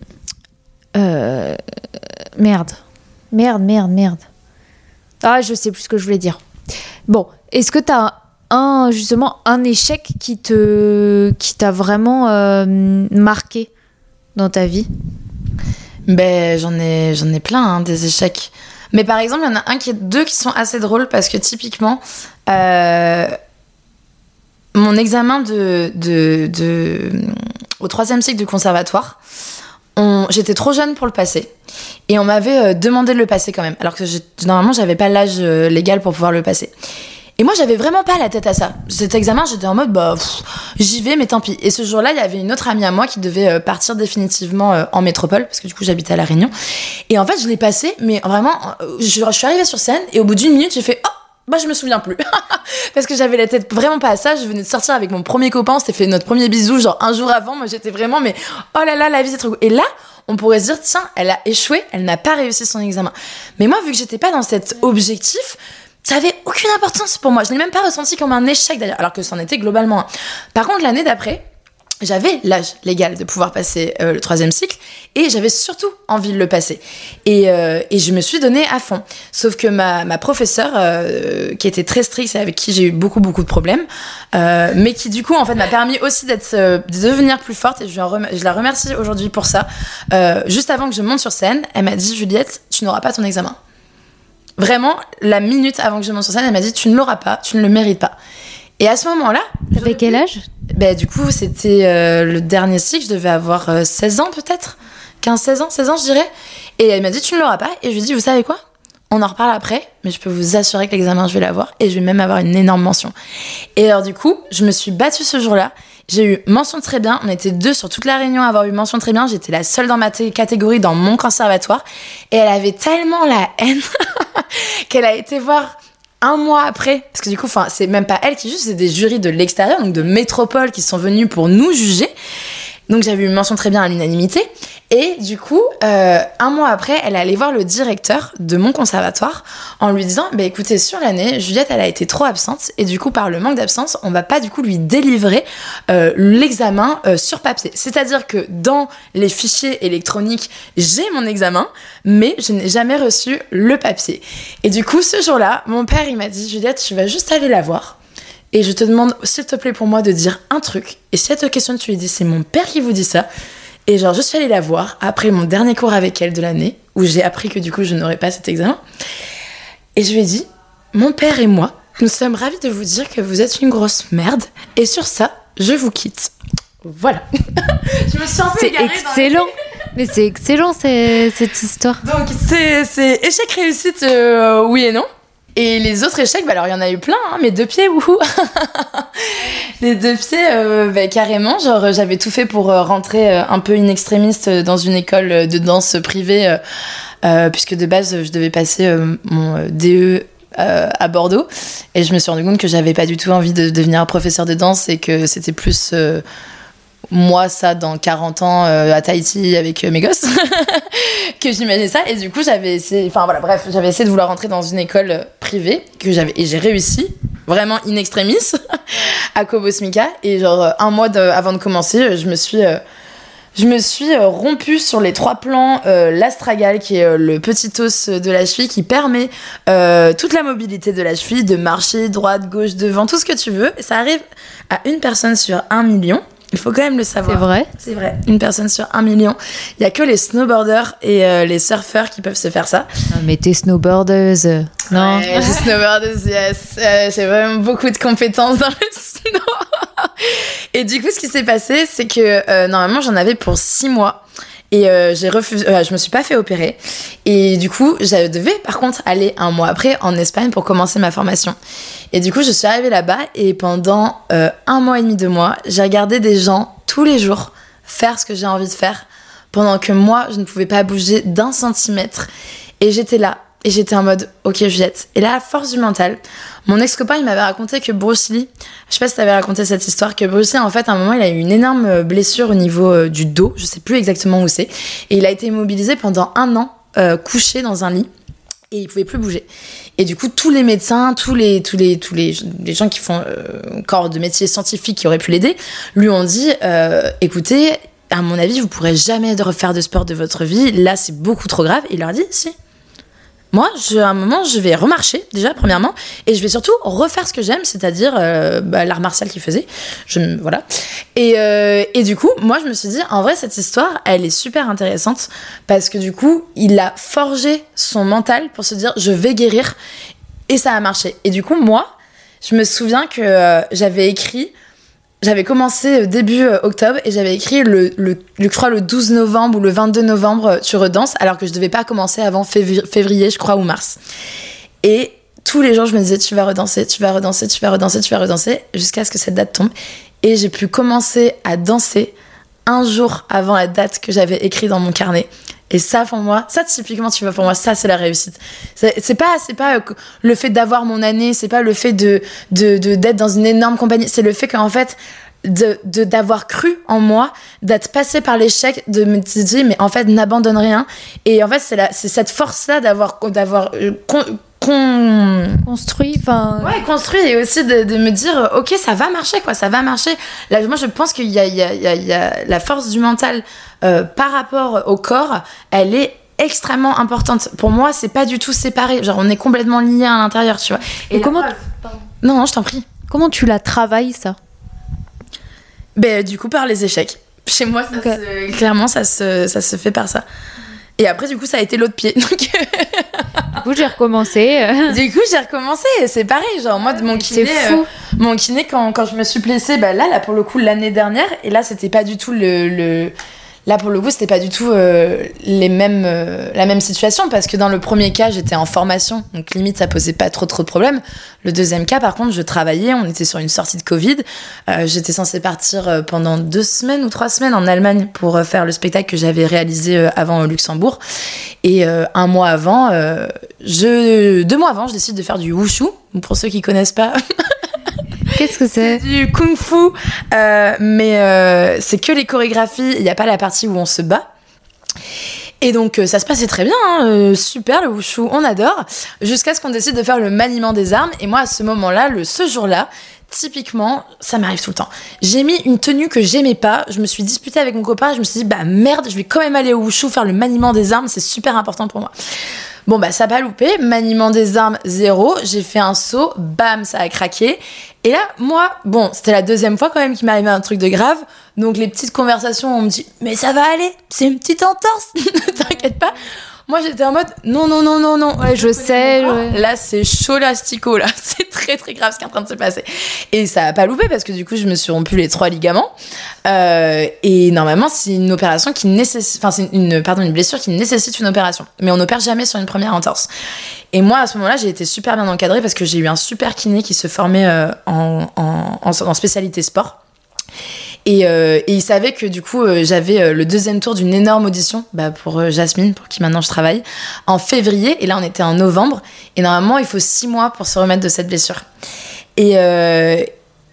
Euh... Merde. Merde, merde, merde. Ah, je sais plus ce que je voulais dire. Bon, est-ce que t'as un, justement, un échec qui te, qui t'a vraiment euh, marqué dans ta vie?
Ben, j'en ai, j'en ai plein, hein, des échecs. Mais par exemple, il y en a un qui est deux qui sont assez drôles parce que typiquement, euh, mon examen de, de, de, au troisième cycle du conservatoire, on, j'étais trop jeune pour le passer. Et on m'avait euh, demandé de le passer quand même. Alors que j'ai, normalement, j'avais pas l'âge euh, légal pour pouvoir le passer. Et moi, j'avais vraiment pas la tête à ça. Cet examen, j'étais en mode, bah, pff, j'y vais, mais tant pis. Et ce jour-là, il y avait une autre amie à moi qui devait euh, partir définitivement euh, en métropole, parce que du coup, j'habitais à La Réunion. Et en fait, je l'ai passé, mais vraiment, euh, je, je suis arrivée sur scène, et au bout d'une minute, j'ai fait, oh, bah, je me souviens plus. Parce que j'avais la tête vraiment pas à ça. Je venais de sortir avec mon premier copain, on s'était fait notre premier bisou, genre un jour avant. Moi, j'étais vraiment, mais oh là là, la vie, c'est trop cool. Et là, on pourrait se dire, tiens, elle a échoué, elle n'a pas réussi son examen. Mais moi, vu que j'étais pas dans cet objectif, ça avait aucune importance pour moi. Je l'ai même pas ressenti comme un échec d'ailleurs, alors que c'en était globalement un. Par contre, l'année d'après, j'avais l'âge légal de pouvoir passer euh, le troisième cycle et j'avais surtout envie de le passer. Et, euh, et je me suis donnée à fond. Sauf que ma, ma professeure, euh, qui était très stricte et avec qui j'ai eu beaucoup, beaucoup de problèmes, euh, mais qui du coup, en fait, m'a permis aussi d'être, euh, de devenir plus forte et je, lui en rem- je la remercie aujourd'hui pour ça. Euh, juste avant que je monte sur scène, elle m'a dit, Juliette, tu n'auras pas ton examen. Vraiment, la minute avant que je monte sur scène, elle m'a dit, tu ne l'auras pas, tu ne le mérites pas. Et à ce moment-là...
T'avais quel âge ?
Bah, du coup, c'était euh, le dernier cycle, je devais avoir euh, seize ans peut-être, quinze seize ans, seize ans je dirais. Et elle m'a dit, tu ne l'auras pas. Et je lui ai dit, vous savez quoi ? On en reparle après, mais je peux vous assurer que l'examen, je vais l'avoir. Et je vais même avoir une énorme mention. Et alors du coup, je me suis battue ce jour-là. J'ai eu mention très bien. On était deux sur toute la Réunion à avoir eu mention très bien. J'étais la seule dans ma t- catégorie dans mon conservatoire. Et elle avait tellement la haine qu'elle a été voir... un mois après, parce que du coup, enfin, c'est même pas elle qui juge, c'est des jurys de l'extérieur, donc de métropole, qui sont venus pour nous juger. Donc j'avais eu une mention très bien à l'unanimité. Et du coup, euh, un mois après, elle est allée voir le directeur de mon conservatoire en lui disant, bah écoutez, sur l'année, Juliette, elle a été trop absente et du coup, par le manque d'absence, on va pas du coup lui délivrer euh, l'examen euh, sur papier. C'est-à-dire que dans les fichiers électroniques, j'ai mon examen, mais je n'ai jamais reçu le papier. Et du coup, ce jour-là, mon père, il m'a dit, Juliette, tu vas juste aller la voir. Et je te demande, s'il te plaît, pour moi, de dire un truc. Et si elle te questionne, tu lui dis, c'est mon père qui vous dit ça. Et genre, je suis allée la voir après mon dernier cours avec elle de l'année, où j'ai appris que du coup, je n'aurais pas cet examen. Et je lui ai dit, mon père et moi, nous sommes ravis de vous dire que vous êtes une grosse merde. Et sur ça, je vous quitte. Voilà. Je me suis un peu
C'est
égarée
excellent.
Dans
Mais c'est excellent, c'est, cette histoire.
Donc, c'est, c'est échec réussite, euh, oui et non. Et les autres échecs, bah alors il y en a eu plein, hein, mes deux pieds, wouhou. Les deux pieds, euh, bah, carrément, genre j'avais tout fait pour euh, rentrer euh, un peu in extremis dans une école de danse privée, euh, euh, puisque de base je devais passer euh, mon euh, D E euh, à Bordeaux, et je me suis rendu compte que j'avais pas du tout envie de devenir professeur de danse et que c'était plus... Euh, moi ça dans quarante ans euh, à Tahiti avec euh, mes gosses que j'imaginais ça et du coup j'avais essayé enfin voilà bref j'avais essayé de vouloir rentrer dans une école euh, privée que j'avais et j'ai réussi vraiment in extremis à Cobosmica et genre euh, un mois de, avant de commencer je me suis euh, je me suis euh, rompue sur les trois plans euh, l'astragale qui est euh, le petit os de la cheville qui permet euh, toute la mobilité de la cheville de marcher droite gauche devant tout ce que tu veux et ça arrive à une personne sur un million. Il faut quand même le savoir.
C'est vrai ?
C'est vrai. Une personne sur un million. Il y a que les snowboarders et euh, les surfeurs qui peuvent se faire ça.
Non, mais t'es snowboardeuse. Non.
Ouais, je suis snowboardeuse, yes. Euh, j'ai vraiment beaucoup de compétences dans le snow. Et du coup, ce qui s'est passé, c'est que euh, normalement, j'en avais pour six mois. Et euh, j'ai refusé, euh, je me suis pas fait opérer. Et du coup, je devais par contre aller un mois après en Espagne pour commencer ma formation. Et du coup, je suis arrivée là-bas et pendant euh, un mois et demi, deux mois, j'ai regardé des gens tous les jours faire ce que j'ai envie de faire pendant que moi, je ne pouvais pas bouger d'un centimètre. Et j'étais là. Et j'étais en mode, ok Juliette. Et là, à force du mental, mon ex-copain, il m'avait raconté que Bruce Lee, je sais pas si t'avais raconté cette histoire, que Bruce Lee, en fait, à un moment, il a eu une énorme blessure au niveau euh, du dos, je sais plus exactement où c'est, et il a été immobilisé pendant un an, euh, couché dans un lit, et il pouvait plus bouger. Et du coup, tous les médecins, tous les, tous les, tous les, les gens qui font euh, corps de métier scientifique qui auraient pu l'aider, lui ont dit, euh, écoutez, à mon avis, vous pourrez jamais refaire de sport de votre vie, là, c'est beaucoup trop grave. Et il leur a dit, si. moi, je, à un moment, je vais remarcher, déjà, premièrement, et je vais surtout refaire ce que j'aime, c'est-à-dire euh, bah, l'art martial qu'il faisait. Je, voilà. Et, euh, et du coup, moi, je me suis dit, en vrai, cette histoire, elle est super intéressante, parce que du coup, il a forgé son mental pour se dire, je vais guérir, et ça a marché. Et du coup, moi, je me souviens que euh, j'avais écrit... J'avais commencé début octobre et j'avais écrit le, le, le, je crois le douze novembre ou le vingt-deux novembre tu redanses, alors que je devais pas commencer avant février, février je crois, ou mars. Et tous les jours je me disais tu vas redanser, tu vas redanser, tu vas redanser, tu vas redanser, jusqu'à ce que cette date tombe. Et j'ai pu commencer à danser un jour avant la date que j'avais écrite dans mon carnet. Et ça, pour moi, ça typiquement, tu vois, pour moi, ça, c'est la réussite. C'est, c'est pas, c'est pas le fait d'avoir mon année, c'est pas le fait de, de, de, d'être dans une énorme compagnie, c'est le fait qu'en fait, de, de, d'avoir cru en moi, d'être passé par l'échec, de me dire, mais en fait, n'abandonne rien. Et en fait, c'est, la, c'est cette force-là d'avoir, d'avoir euh, con, con...
construit, enfin.
Ouais, construit, et aussi de, de me dire, ok, ça va marcher, quoi, ça va marcher. Là, moi, je pense qu'il y a, il y a, il y a, il y a la force du mental. Euh, par rapport au corps, elle est extrêmement importante. Pour moi, c'est pas du tout séparé. Genre, on est complètement liés à l'intérieur, tu vois.
Et, Et comment...
T... Non, non, je t'en prie.
Comment tu la travailles, ça ?
Ben, du coup, par les échecs. Chez moi, ça okay. se... clairement, ça se... ça se fait par ça. Et après, du coup, ça a été l'autre pied. Donc...
du coup, j'ai recommencé.
Du coup, j'ai recommencé. Et c'est pareil. Genre, moi, de mon kiné...
C'est fou.
Euh, mon kiné, quand, quand je me suis blessée, ben là, là, pour le coup, l'année dernière, et là, c'était pas du tout le... le... Là, pour le coup, c'était pas du tout euh, les mêmes, euh, la même situation, parce que dans le premier cas, j'étais en formation, donc limite, ça posait pas trop, trop de problèmes. Le deuxième cas, par contre, je travaillais, on était sur une sortie de Covid. Euh, j'étais censée partir pendant deux semaines ou trois semaines en Allemagne pour euh, faire le spectacle que j'avais réalisé euh, avant au Luxembourg. Et euh, un mois avant, euh, je, deux mois avant, je décide de faire du wushu. Pour ceux qui connaissent pas...
Qu'est-ce que c'est ?
C'est du kung-fu, euh, mais euh, c'est que les chorégraphies, il n'y a pas la partie où on se bat. Et donc, euh, ça se passait très bien, hein, euh, super, le wushu, on adore, jusqu'à ce qu'on décide de faire le maniement des armes. Et moi, à ce moment-là, le, ce jour-là, typiquement, ça m'arrive tout le temps. J'ai mis une tenue que j'aimais pas, je me suis disputée avec mon copain, je me suis dit, bah merde, je vais quand même aller au wushu faire le maniement des armes, c'est super important pour moi. Bon, bah, ça n'a pas loupé. Maniement des armes, zéro. J'ai fait un saut. Bam, ça a craqué. Et là, moi, bon, c'était la deuxième fois quand même qu'il m'arrivait un truc de grave. Donc, les petites conversations, on me dit, mais ça va aller. C'est une petite entorse. Ne t'inquiète pas. Moi, j'étais en mode, non, non, non, non, non.
Ouais, je, je sais. Ouais.
Là, c'est chaud l'astico, là. C'est très, très grave ce qui est en train de se passer. Et ça n'a pas loupé parce que du coup, je me suis rompu les trois ligaments. Euh, et normalement, c'est une opération qui nécessite, enfin, c'est une, pardon, une blessure qui nécessite une opération. Mais on n'opère jamais sur une première entorse. Et moi, à ce moment-là, j'ai été super bien encadrée parce que j'ai eu un super kiné qui se formait euh, en, en, en, en spécialité sport. Et, euh, et il savait que du coup euh, j'avais euh, le deuxième tour d'une énorme audition bah, pour euh, Jasmine, pour qui maintenant je travaille, en février, et là on était en novembre, et normalement il faut six mois pour se remettre de cette blessure. Et, euh,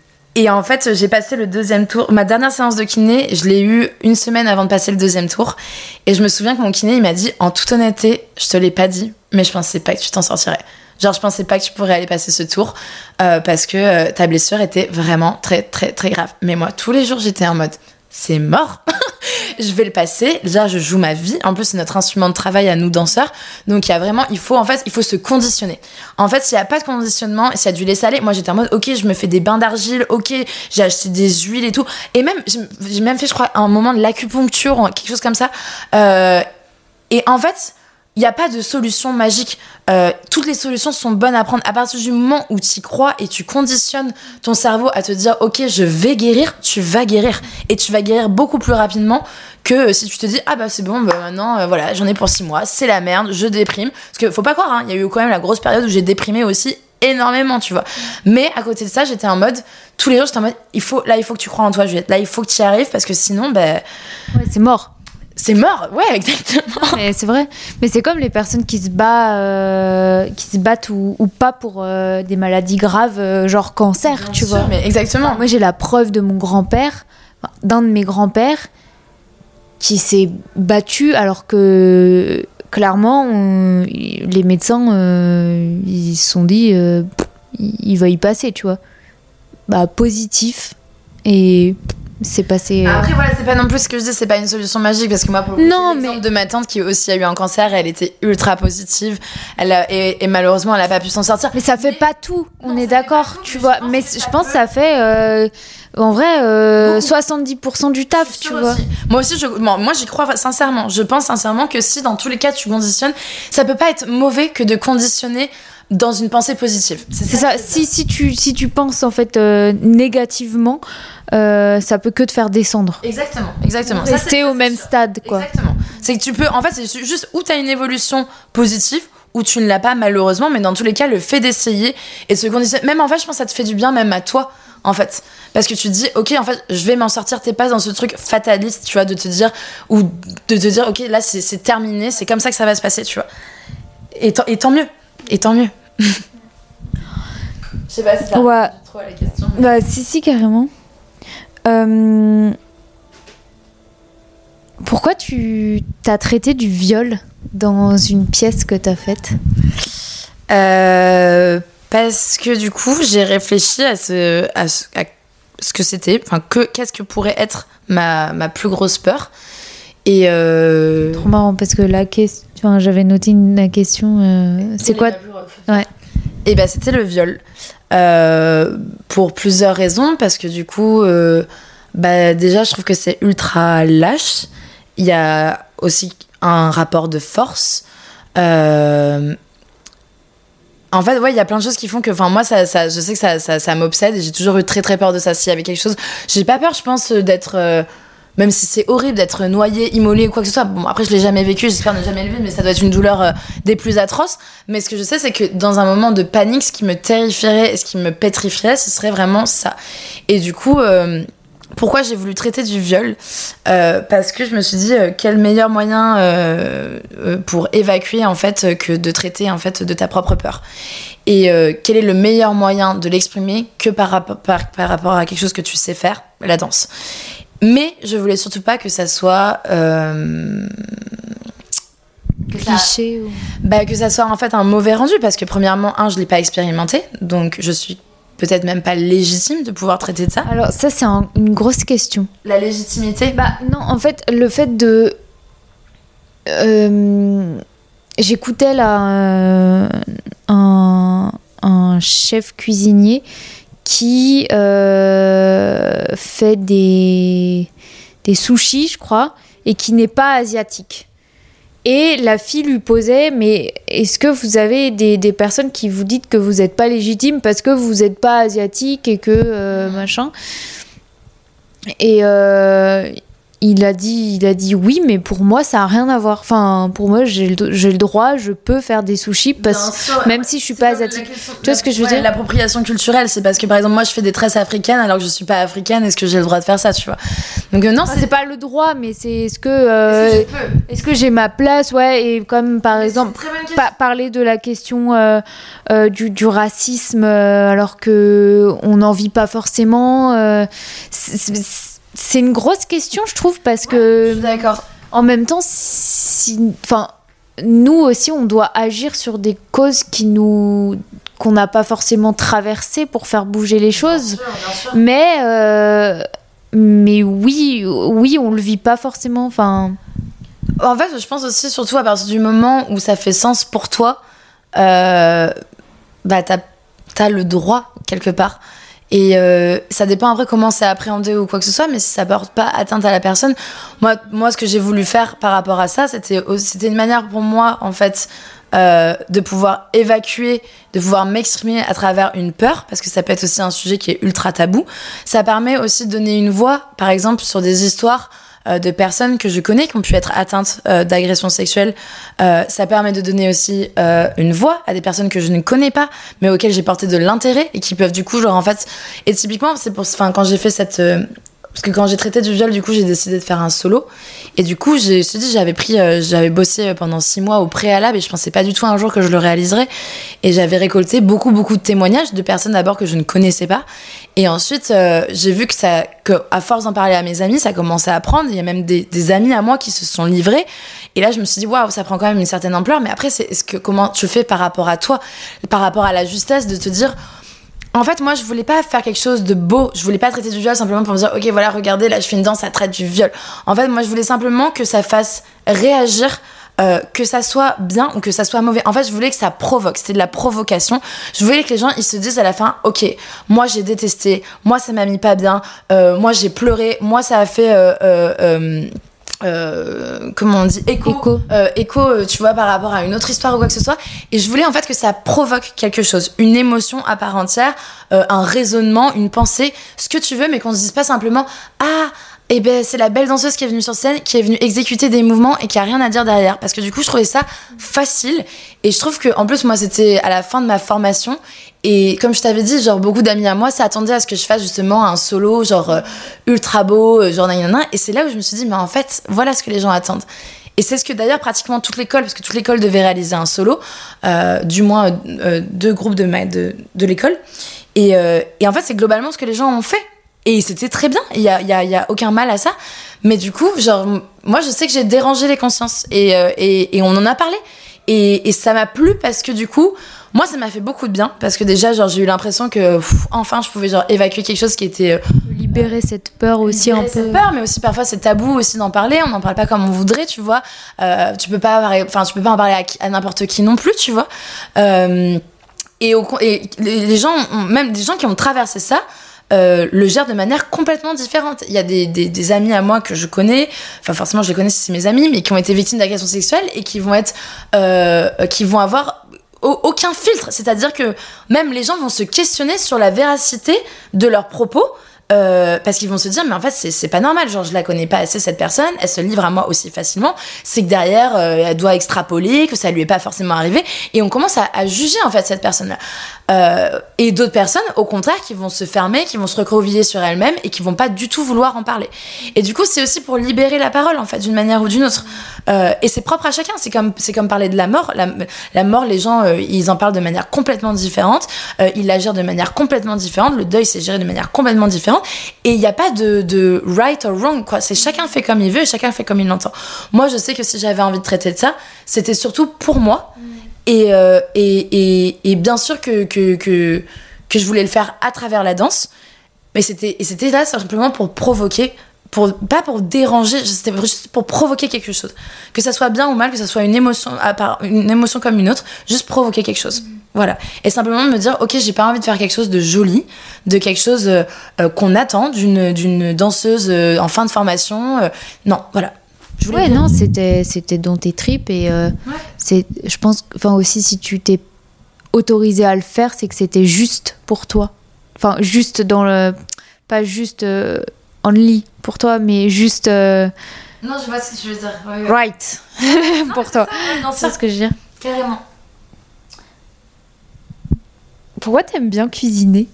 et en fait j'ai passé le deuxième tour, ma dernière séance de kiné, je l'ai eue une semaine avant de passer le deuxième tour, et je me souviens que mon kiné il m'a dit, en toute honnêteté, je te l'ai pas dit, mais je pensais pas que tu t'en sortirais. Genre, je pensais pas que tu pourrais aller passer ce tour euh, parce que euh, ta blessure était vraiment très, très, très grave. Mais moi, tous les jours, j'étais en mode, c'est mort. Je vais le passer. Déjà, je joue ma vie. En plus, c'est notre instrument de travail à nous, danseurs. Donc, il y a vraiment, il faut, en fait, il faut se conditionner. En fait, s'il y a pas de conditionnement, s'il y a du laisser aller, moi, j'étais en mode, ok, je me fais des bains d'argile, ok, j'ai acheté des huiles et tout. Et même, j'ai même fait, je crois, un moment de l'acupuncture ou quelque chose comme ça. Euh, et en fait, il n'y a pas de solution magique. Euh, toutes les solutions sont bonnes à prendre. À partir du moment où tu y crois et tu conditionnes ton cerveau à te dire « Ok, je vais guérir », tu vas guérir. Et tu vas guérir beaucoup plus rapidement que si tu te dis « Ah bah c'est bon, bah maintenant, euh, voilà, j'en ai pour six mois, c'est la merde, je déprime ». Parce qu'il faut pas croire, il hein, y a eu quand même la grosse période où j'ai déprimé aussi énormément, tu vois. Mais à côté de ça, j'étais en mode, tous les jours, j'étais en mode il faut, là, il faut que tu crois en toi, Juliette. Là, il faut que tu y arrives parce que sinon, bah...
Ouais, c'est mort.
C'est mort, ouais, exactement.
Mais c'est vrai. Mais c'est comme les personnes qui se battent, euh, qui se battent ou, ou pas pour euh, des maladies graves, euh, genre cancer, Bien tu sûr, vois.
Mais exactement.
Moi, j'ai la preuve de mon grand-père, d'un de mes grands-pères, qui s'est battu alors que clairement, on, les médecins, euh, ils se sont dit, euh, il va y passer, tu vois. Bah, positif. Et c'est passé. Euh...
Après voilà, c'est pas non plus ce que je dis, c'est pas une solution magique parce que moi pour le
non,
coup, l'exemple
mais...
de ma tante qui aussi a eu un cancer, elle était ultra positive, elle a, et, et malheureusement elle a pas pu s'en sortir.
Mais ça fait mais... pas tout, on non, est d'accord, tout, tu vois. Mais je pense que ça fait euh, en vrai euh, soixante-dix pour cent du taf, tu vois.
Aussi. Moi aussi, je, bon, moi j'y crois sincèrement. Je pense sincèrement que si dans tous les cas tu conditionnes, ça peut pas être mauvais que de conditionner dans une pensée positive.
C'est, c'est ça. ça. Si, si, tu, si tu penses en fait euh, négativement, euh, ça peut que te faire descendre.
Exactement, exactement.
Rester au même stade, quoi.
Exactement. C'est que tu peux, en fait, c'est juste où tu as une évolution positive, ou tu ne l'as pas malheureusement, mais dans tous les cas, le fait d'essayer et de se conditionner, même en fait, je pense que ça te fait du bien, même à toi, en fait. Parce que tu te dis, ok, en fait, je vais m'en sortir, t'es pas dans ce truc fataliste, tu vois, de te dire, ou de te dire, ok, là, c'est, c'est terminé, c'est comme ça que ça va se passer, tu vois. Et, t- et tant mieux. Et tant mieux. Je sais pas si ça
ouais.
répond trop à la question. Mais...
Bah, si, si, carrément. Euh... Pourquoi tu t'as traité du viol dans une pièce que t'as faite ?
euh, Parce que du coup, j'ai réfléchi à ce, à ce, à ce que c'était, enfin, que, qu'est-ce que pourrait être ma, ma plus grosse peur. Et euh...
Trop marrant parce que la question, enfin, j'avais noté une, la question. Euh, c'est quoi ? Ouais.
Et ben c'était le viol euh, pour plusieurs raisons parce que du coup, euh, bah déjà je trouve que c'est ultra lâche. Il y a aussi un rapport de force. Euh... En fait, ouais, il y a plein de choses qui font que, enfin, moi, ça, ça, je sais que ça, ça, ça m'obsède et j'ai toujours eu très très peur de ça. S'il y avait quelque chose, j'ai pas peur, je pense, d'être euh... même si c'est horrible d'être noyé, immolé ou quoi que ce soit. Bon, après, je l'ai jamais vécu, j'espère ne jamais le vivre, mais ça doit être une douleur euh, des plus atroces. Mais ce que je sais, c'est que dans un moment de panique, ce qui me terrifierait et ce qui me pétrifierait, ce serait vraiment ça. Et du coup, euh, pourquoi j'ai voulu traiter du viol ? euh, Parce que je me suis dit, euh, quel meilleur moyen euh, euh, pour évacuer, en fait, que de traiter, en fait, de ta propre peur. Et euh, quel est le meilleur moyen de l'exprimer que par, rapport, par, par rapport à quelque chose que tu sais faire, la danse. Mais je voulais surtout pas que ça soit euh,
que cliché ça, ou...
bah, que ça soit en fait un mauvais rendu parce que premièrement un je l'ai pas expérimenté donc je suis peut-être même pas légitime de pouvoir traiter de ça.
Alors ça c'est un, une grosse question.
La légitimité ?
Bah non en fait le fait de euh, j'écoutais là euh, un, un chef cuisinier qui euh, fait des, des sushis, je crois, et qui n'est pas asiatique. Et la fille lui posait, mais est-ce que vous avez des, des personnes qui vous disent que vous n'êtes pas légitime parce que vous n'êtes pas asiatique et que euh, machin ? Et euh, il a dit, il a dit oui, mais pour moi ça a rien à voir. Enfin, pour moi j'ai le, j'ai le droit, je peux faire des sushis parce sûr, même si je suis pas asiatique. Question, tu vois ce que je veux
ouais,
dire ?
L'appropriation culturelle, c'est parce que par exemple moi je fais des tresses africaines alors que je suis pas africaine. Est-ce que j'ai le droit de faire ça, tu vois ? Donc euh, non,
ah, c'est... c'est pas le droit, mais c'est est-ce que euh, est-ce, que est-ce que j'ai ma place, ouais, et comme par mais exemple pa- parler de la question euh, euh, du, du racisme euh, alors que on n'en vit pas forcément. Euh, c'est, c'est, C'est une grosse question, je trouve, parce
ouais,
que...
Je suis d'accord.
En même temps, si, enfin, nous aussi, on doit agir sur des causes qui nous, qu'on n'a pas forcément traversées pour faire bouger les choses.
Bien sûr, bien sûr.
Mais, euh, mais oui, oui, on le vit pas forcément. Enfin...
En fait, je pense aussi, surtout à partir du moment où ça fait sens pour toi, euh, bah, t'as, t'as le droit, quelque part. Et euh, ça dépend après comment c'est appréhendé ou quoi que ce soit, mais si ça porte pas atteinte à la personne, moi, moi ce que j'ai voulu faire par rapport à ça, c'était, c'était une manière pour moi, en fait, euh, de pouvoir évacuer, de pouvoir m'exprimer à travers une peur, parce que ça peut être aussi un sujet qui est ultra tabou. Ça permet aussi de donner une voix, par exemple, sur des histoires de personnes que je connais qui ont pu être atteintes euh, d'agressions sexuelles. Euh, ça permet de donner aussi euh, une voix à des personnes que je ne connais pas, mais auxquelles j'ai porté de l'intérêt et qui peuvent du coup, genre en fait... Et typiquement, c'est pour... Enfin, quand j'ai fait cette... Euh, parce que quand j'ai traité du viol, du coup, j'ai décidé de faire un solo. Et du coup, j'ai, je te dis, j'avais pris... Euh, j'avais bossé pendant six mois au préalable et je pensais pas du tout un jour que je le réaliserais. Et j'avais récolté beaucoup, beaucoup de témoignages de personnes d'abord que je ne connaissais pas. Et ensuite, euh, j'ai vu que ça, que à force d'en parler à mes amis, ça commençait à prendre. Il y a même des, des amis à moi qui se sont livrés. Et là, je me suis dit, waouh, ça prend quand même une certaine ampleur. Mais après, c'est est-ce que comment tu fais par rapport à toi, par rapport à la justesse de te dire, En fait, moi, je voulais pas faire quelque chose de beau. Je voulais pas traiter du viol simplement pour me dire, ok, voilà, regardez, là, je fais une danse, ça traite du viol. En fait, moi, je voulais simplement que ça fasse réagir, euh, que ça soit bien ou que ça soit mauvais. En fait, je voulais que ça provoque. C'était de la provocation. Je voulais que les gens, ils se disent à la fin, ok, moi, j'ai détesté. Moi, ça m'a mis pas bien. Euh, moi, j'ai pleuré. Moi, ça a fait... Euh, euh, euh, Euh, comment on dit écho
écho,
euh, écho euh, tu vois, par rapport à une autre histoire ou quoi que ce soit, et je voulais en fait que ça provoque quelque chose, une émotion à part entière, euh, un raisonnement, une pensée, ce que tu veux, mais qu'on se dise pas simplement ah et ben c'est la belle danseuse qui est venue sur scène, qui est venue exécuter des mouvements et qui a rien à dire derrière, parce que du coup je trouvais ça facile, et je trouve que en plus moi c'était à la fin de ma formation. Et comme je t'avais dit, genre beaucoup d'amis à moi s'attendaient à ce que je fasse justement un solo genre euh, ultra beau, euh, genre nanana. Et c'est là où je me suis dit, mais en fait, voilà ce que les gens attendent. Et c'est ce que d'ailleurs pratiquement toute l'école, parce que toute l'école devait réaliser un solo, euh, du moins euh, deux groupes de, ma, de, de l'école. Et, euh, et en fait, c'est globalement ce que les gens ont fait. Et c'était très bien, il n'y a, y a, y a aucun mal à ça. Mais du coup, genre, moi je sais que j'ai dérangé les consciences. Et, euh, et, et on en a parlé. Et, et ça m'a plu parce que du coup, moi ça m'a fait beaucoup de bien, parce que déjà genre j'ai eu l'impression que pff, enfin je pouvais genre évacuer quelque chose qui était euh,
libérer cette peur aussi un peu,
cette peur, mais aussi parfois c'est tabou aussi d'en parler, on n'en parle pas comme on voudrait, tu vois. Euh, tu peux pas enfin tu peux pas en parler à, qui, à n'importe qui non plus, tu vois. Euh, et, au, et les gens ont, même des gens qui ont traversé ça Euh, le gèrent de manière complètement différente. Il y a des, des, des amis à moi que je connais, enfin forcément je les connais si c'est mes amis, mais qui ont été victimes d'agressions sexuelles et qui vont être, euh, qui vont avoir aucun filtre. C'est-à-dire que même les gens vont se questionner sur la véracité de leurs propos. Euh, parce qu'ils vont se dire mais en fait c'est, c'est pas normal, genre je la connais pas assez cette personne, elle se livre à moi aussi facilement, c'est que derrière euh, elle doit extrapoler, que ça lui est pas forcément arrivé, et on commence à, à juger en fait cette personne là. Euh, et d'autres personnes au contraire qui vont se fermer, qui vont se recroqueviller sur elles-mêmes et qui vont pas du tout vouloir en parler. Et du coup c'est aussi pour libérer la parole en fait d'une manière ou d'une autre, euh, et c'est propre à chacun. C'est comme, c'est comme parler de la mort. La, la mort, les gens euh, ils en parlent de manière complètement différente, euh, ils la gèrent de manière complètement différente, le deuil c'est géré de manière complètement différente. Et il n'y a pas de, de right or wrong, quoi. C'est chacun fait comme il veut et chacun fait comme il l'entend. Moi, je sais que si j'avais envie de traiter de ça, c'était surtout pour moi. Mmh. Et, euh, et, et, et bien sûr que, que, que, que je voulais le faire à travers la danse. Mais c'était, et c'était là simplement pour provoquer, pour, pas pour déranger, c'était juste pour provoquer quelque chose. Que ça soit bien ou mal, que ça soit une émotion, à part, une émotion comme une autre, juste provoquer quelque chose. Mmh. Voilà. Et simplement me dire, ok, j'ai pas envie de faire quelque chose de joli, de quelque chose euh, euh, qu'on attend d'une, d'une danseuse euh, en fin de formation. Euh, non, voilà.
Je ouais, dire. non, c'était, c'était dans tes tripes. Et euh, ouais. c'est, je pense, enfin aussi, si tu t'es autorisé à le faire, c'est que c'était juste pour toi. Enfin, juste dans le. Pas juste euh, only pour toi, mais juste. Euh,
non, je vois ce que tu veux dire. Ouais, ouais.
Right.
Non,
pour toi.
Ça, non,
c'est ce que je veux dire.
Carrément.
Pourquoi t'aimes bien cuisiner?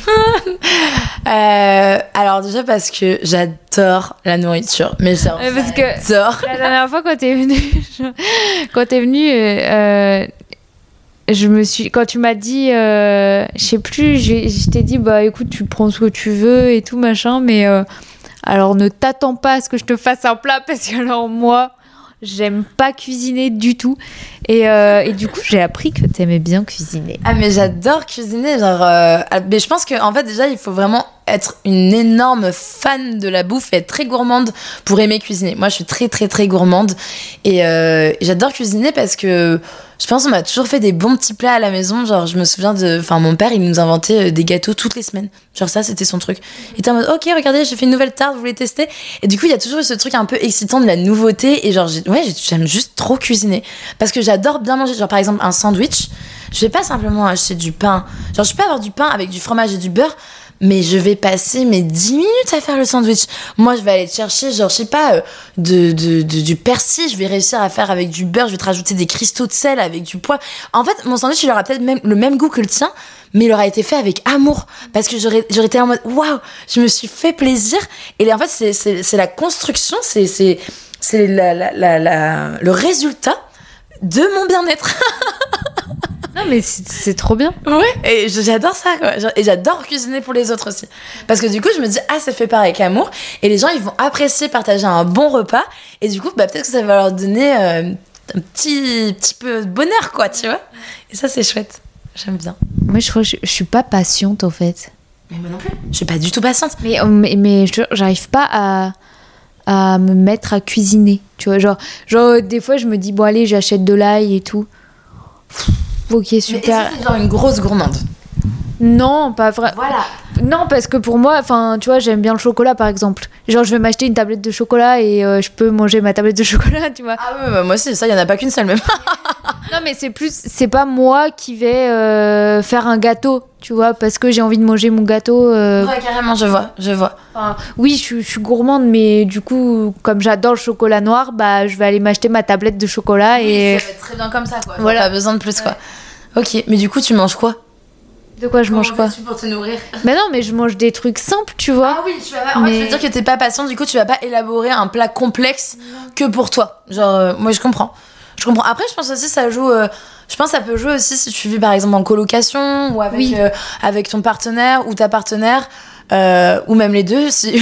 euh, Alors déjà parce que j'adore la nourriture, mais genre
euh, parce
j'adore.
Que la dernière fois quand t'es venue, quand t'es venue, euh, je me suis, quand tu m'as dit, euh, je sais plus, je, je t'ai dit bah écoute tu prends ce que tu veux et tout machin, mais euh, alors ne t'attends pas à ce que je te fasse un plat parce que alors moi j'aime pas cuisiner du tout. Et, euh, et du coup, j'ai appris que t'aimais bien cuisiner.
Ah, mais j'adore cuisiner. Genre, euh, mais je pense qu'en fait, déjà, il faut vraiment être une énorme fan de la bouffe et être très gourmande pour aimer cuisiner. Moi, je suis très, très, très gourmande. Et euh, j'adore cuisiner parce que je pense qu'on m'a toujours fait des bons petits plats à la maison. Genre, je me souviens de... Enfin, mon père, il nous inventait des gâteaux toutes les semaines. Genre, ça, c'était son truc. Il était en mode, ok, regardez, j'ai fait une nouvelle tarte, vous voulez tester? Et du coup, il y a toujours eu ce truc un peu excitant de la nouveauté. Et genre, j'ai... ouais, j'aime juste trop cuisiner. Parce que j'adore bien manger. Genre, par exemple, un sandwich, je vais pas simplement acheter du pain. Genre, je peux avoir du pain avec du fromage et du beurre, mais je vais passer mes dix minutes à faire le sandwich. Moi, je vais aller te chercher, genre, je sais pas, euh, de, de, de, du persil, je vais réussir à faire avec du beurre, je vais te rajouter des cristaux de sel avec du poivre. En fait, mon sandwich, il aura peut-être même, le même goût que le tien, mais il aura été fait avec amour. Parce que j'aurais, j'aurais été en mode, waouh, je me suis fait plaisir. Et en fait, c'est, c'est, c'est la construction, c'est, c'est, c'est la, la, la, la, le résultat de mon bien-être.
Non mais c'est, c'est trop bien.
Ouais, et j'adore ça quoi. Et j'adore cuisiner pour les autres aussi. Parce que du coup je me dis ah c'est fait par avec amour, et les gens ils vont apprécier partager un bon repas, et du coup bah peut-être que ça va leur donner euh, un petit, petit peu de bonheur quoi, tu vois. Et ça c'est chouette. j'aime bien.
Moi, je crois que je, je suis pas patiente, en fait.
Mais moi non plus, je suis pas du tout patiente.
Mais, mais, mais je- j'arrive pas à, à me mettre à cuisiner, tu vois. Genre, genre, des fois, je me dis, bon, allez, j'achète de l'ail et tout. Pff, ok,
Mais
super.
est-ce que t'es genre une grosse gourmande?
Non, pas vrai.
Voilà.
Non, parce que pour moi, enfin, tu vois, j'aime bien le chocolat, par exemple. Genre, je vais m'acheter une tablette de chocolat et euh, je peux manger ma tablette de chocolat, tu vois.
Ah ouais, bah moi aussi, ça, il y en a pas qu'une seule même.
Non, mais c'est plus, c'est pas moi qui vais euh, faire un gâteau, tu vois, parce que j'ai envie de manger mon gâteau. euh,
Ouais, carrément, je vois, je vois.
Enfin, oui, je, suis- je suis gourmande, mais du coup, comme j'adore le chocolat noir, bah, je vais aller m'acheter ma tablette de chocolat et.
Oui, ça va être très bien comme ça, quoi. Genre,
Voilà.
pas besoin de plus, quoi. Ok, mais du coup, tu manges quoi?
De quoi je mange quoi?
fais-tu pour te nourrir?
Bah non, mais je mange des trucs simples, tu vois.
Ah oui, tu vas pas... En
Mais-
fait, tu veux dire que t'es pas patiente, du coup, tu vas pas élaborer un plat complexe que pour toi. Genre, euh, moi, je comprends. Je comprends. Après, je pense aussi ça joue... euh, je pense que ça peut jouer aussi si tu vis, par exemple, en colocation ou avec,
Oui.
euh, avec ton partenaire ou ta partenaire. Euh, ou même les deux, si...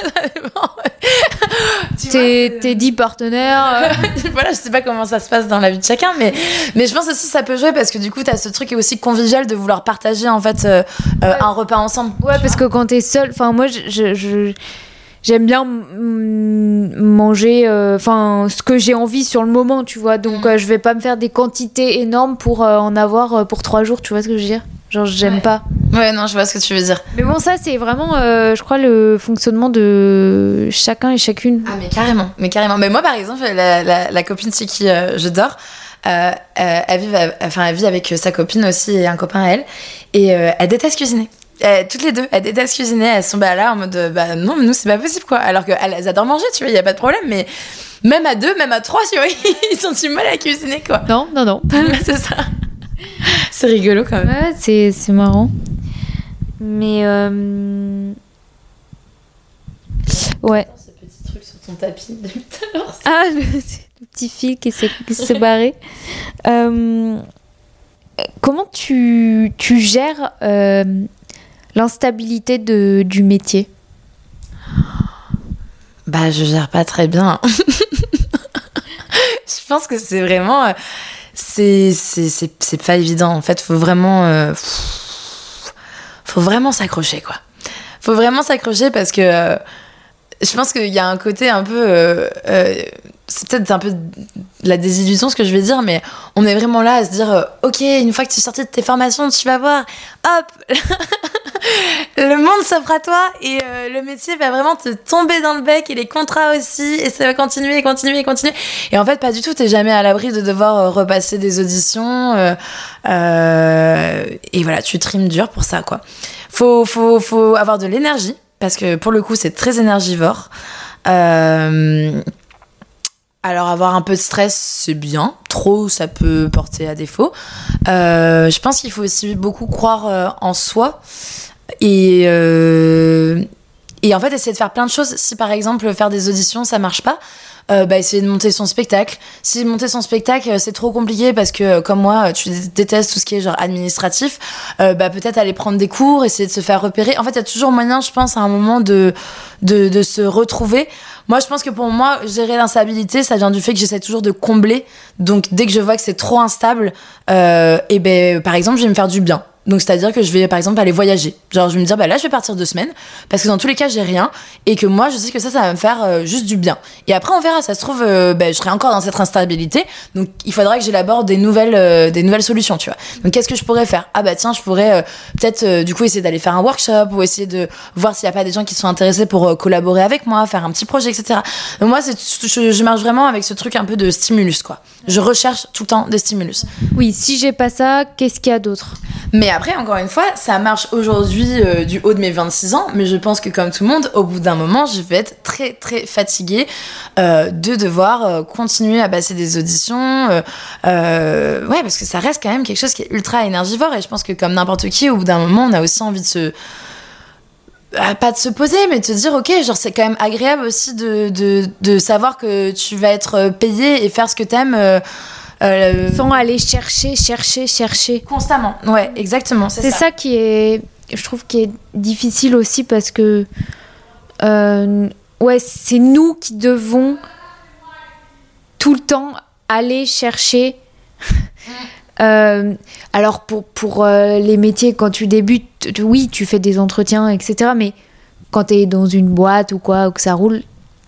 Tu vois,
T'es
c'est-
t'es dix partenaires. euh.
voilà, je sais pas comment ça se passe dans la vie de chacun, mais, mais je pense aussi que ça peut jouer parce que du coup, t'as ce truc qui est aussi convivial de vouloir partager en fait euh, euh,
Ouais.
un repas ensemble.
Ouais, parce que quand t'es seule, enfin, moi, je. je- je- J'aime bien mm, manger euh, enfin ce que j'ai envie sur le moment, tu vois. Donc
Mhm.
euh, je vais pas me faire des quantités énormes pour euh, en avoir euh, pour trois jours, tu vois ce que je veux dire? Genre j'aime
Ouais.
pas.
Ouais, non, je vois ce que tu veux dire.
Mais bon, ça c'est vraiment, euh, je crois, le fonctionnement de chacun et chacune.
Ah, mais carrément, mais carrément. Mais moi, par exemple, la, la, la copine chez qui euh, je dors, euh, euh, elle, vit, enfin, elle vit avec sa copine aussi et un copain à elle, et euh, elle déteste cuisiner. Euh, toutes les deux, elles détestent cuisiner, elles sont bah, là en mode euh, bah non, mais nous c'est pas possible quoi. Alors qu'elles adorent manger, tu vois, il y a pas de problème, mais même à deux, même à trois, tu vois, ils sont du mal à cuisiner quoi.
Non, non, non.
C'est ça. C'est rigolo quand même.
Ouais, c'est c'est marrant. Mais euh... ouais.
Ce petit truc sur ton tapis depuis tout à l'heure.
Ah, le, le petit fil qui s'est qui s'est barré. Euh, comment tu, tu gères euh, l'instabilité de, du métier?
Bah, je gère pas très bien. Je pense que c'est vraiment. euh, C'est, c'est, c'est, c'est pas évident. En fait, faut vraiment. euh, Faut vraiment s'accrocher, quoi. Faut vraiment s'accrocher parce que. euh, Je pense qu'il y a un côté un peu. euh, euh, C'est peut-être un peu de la désillusion ce que je vais dire, mais on est vraiment là à se dire euh, ok, une fois que tu es sorti de tes formations, tu vas voir, hop, le monde s'offre à toi et euh, le métier va vraiment te tomber dans le bec et les contrats aussi, et ça va continuer et continuer et continuer. Et en fait, pas du tout, t'es jamais à l'abri de devoir euh, repasser des auditions. Euh, euh, et voilà, tu trimes dur pour ça, quoi. Faut, faut, faut avoir de l'énergie, parce que pour le coup, c'est très énergivore. Euh, alors, avoir un peu de stress, c'est bien. Trop, ça peut porter à défaut. Euh, je pense qu'il faut aussi beaucoup croire euh, en soi. Et, euh, et en fait, essayer de faire plein de choses. Si par exemple, faire des auditions, ça marche pas, euh, bah, essayer de monter son spectacle. Si monter son spectacle, c'est trop compliqué parce que, euh, comme moi, tu détestes tout ce qui est genre administratif, euh, bah, peut-être aller prendre des cours, essayer de se faire repérer. En fait, il y a toujours moyen, je pense, à un moment de, de, de se retrouver. Moi, je pense que pour moi, gérer l'instabilité, ça vient du fait que j'essaie toujours de combler. Donc, dès que je vois que c'est trop instable, euh, et ben, par exemple, je vais me faire du bien. Donc, c'est-à-dire que je vais, par exemple, aller voyager. Genre, je vais me dire, bah là, je vais partir deux semaines, parce que dans tous les cas, j'ai rien, et que moi, je sais que ça, ça va me faire euh, juste du bien. Et après, on verra, ça se trouve, euh, bah, je serai encore dans cette instabilité, donc il faudra que j'élabore des nouvelles, euh, des nouvelles solutions, tu vois. Donc, qu'est-ce que je pourrais faire? Ah bah tiens, je pourrais euh, peut-être, euh, du coup, essayer d'aller faire un workshop, ou essayer de voir s'il n'y a pas des gens qui sont intéressés pour euh, collaborer avec moi, faire un petit projet, et cetera. Donc, moi, c'est, je, je marche vraiment avec ce truc un peu de stimulus, quoi. Je recherche tout le temps des stimulus.
Oui, si j'ai pas ça, qu'est-ce qu'il y a d'autre?
Mais après, encore une fois, ça marche aujourd'hui euh, du haut de mes vingt-six ans, mais je pense que comme tout le monde, au bout d'un moment, je vais être très très fatiguée euh, de devoir euh, continuer à passer des auditions. Euh, euh, ouais, parce que ça reste quand même quelque chose qui est ultra énergivore, et je pense que comme n'importe qui, au bout d'un moment, on a aussi envie de se... Ah, pas de se poser, mais de se dire, ok, genre c'est quand même agréable aussi de, de, de savoir que tu vas être payé et faire ce que t'aimes. Euh, euh,
Sans aller chercher, chercher, chercher.
constamment. Ouais, exactement, c'est,
C'est
ça.
ça qui est, je trouve, qui est difficile aussi parce que, euh, ouais, c'est nous qui devons tout le temps aller chercher Euh, alors pour, pour euh, les métiers, quand tu débutes, t- oui, tu fais des entretiens, et cetera. Mais quand t'es dans une boîte ou quoi, ou que ça roule,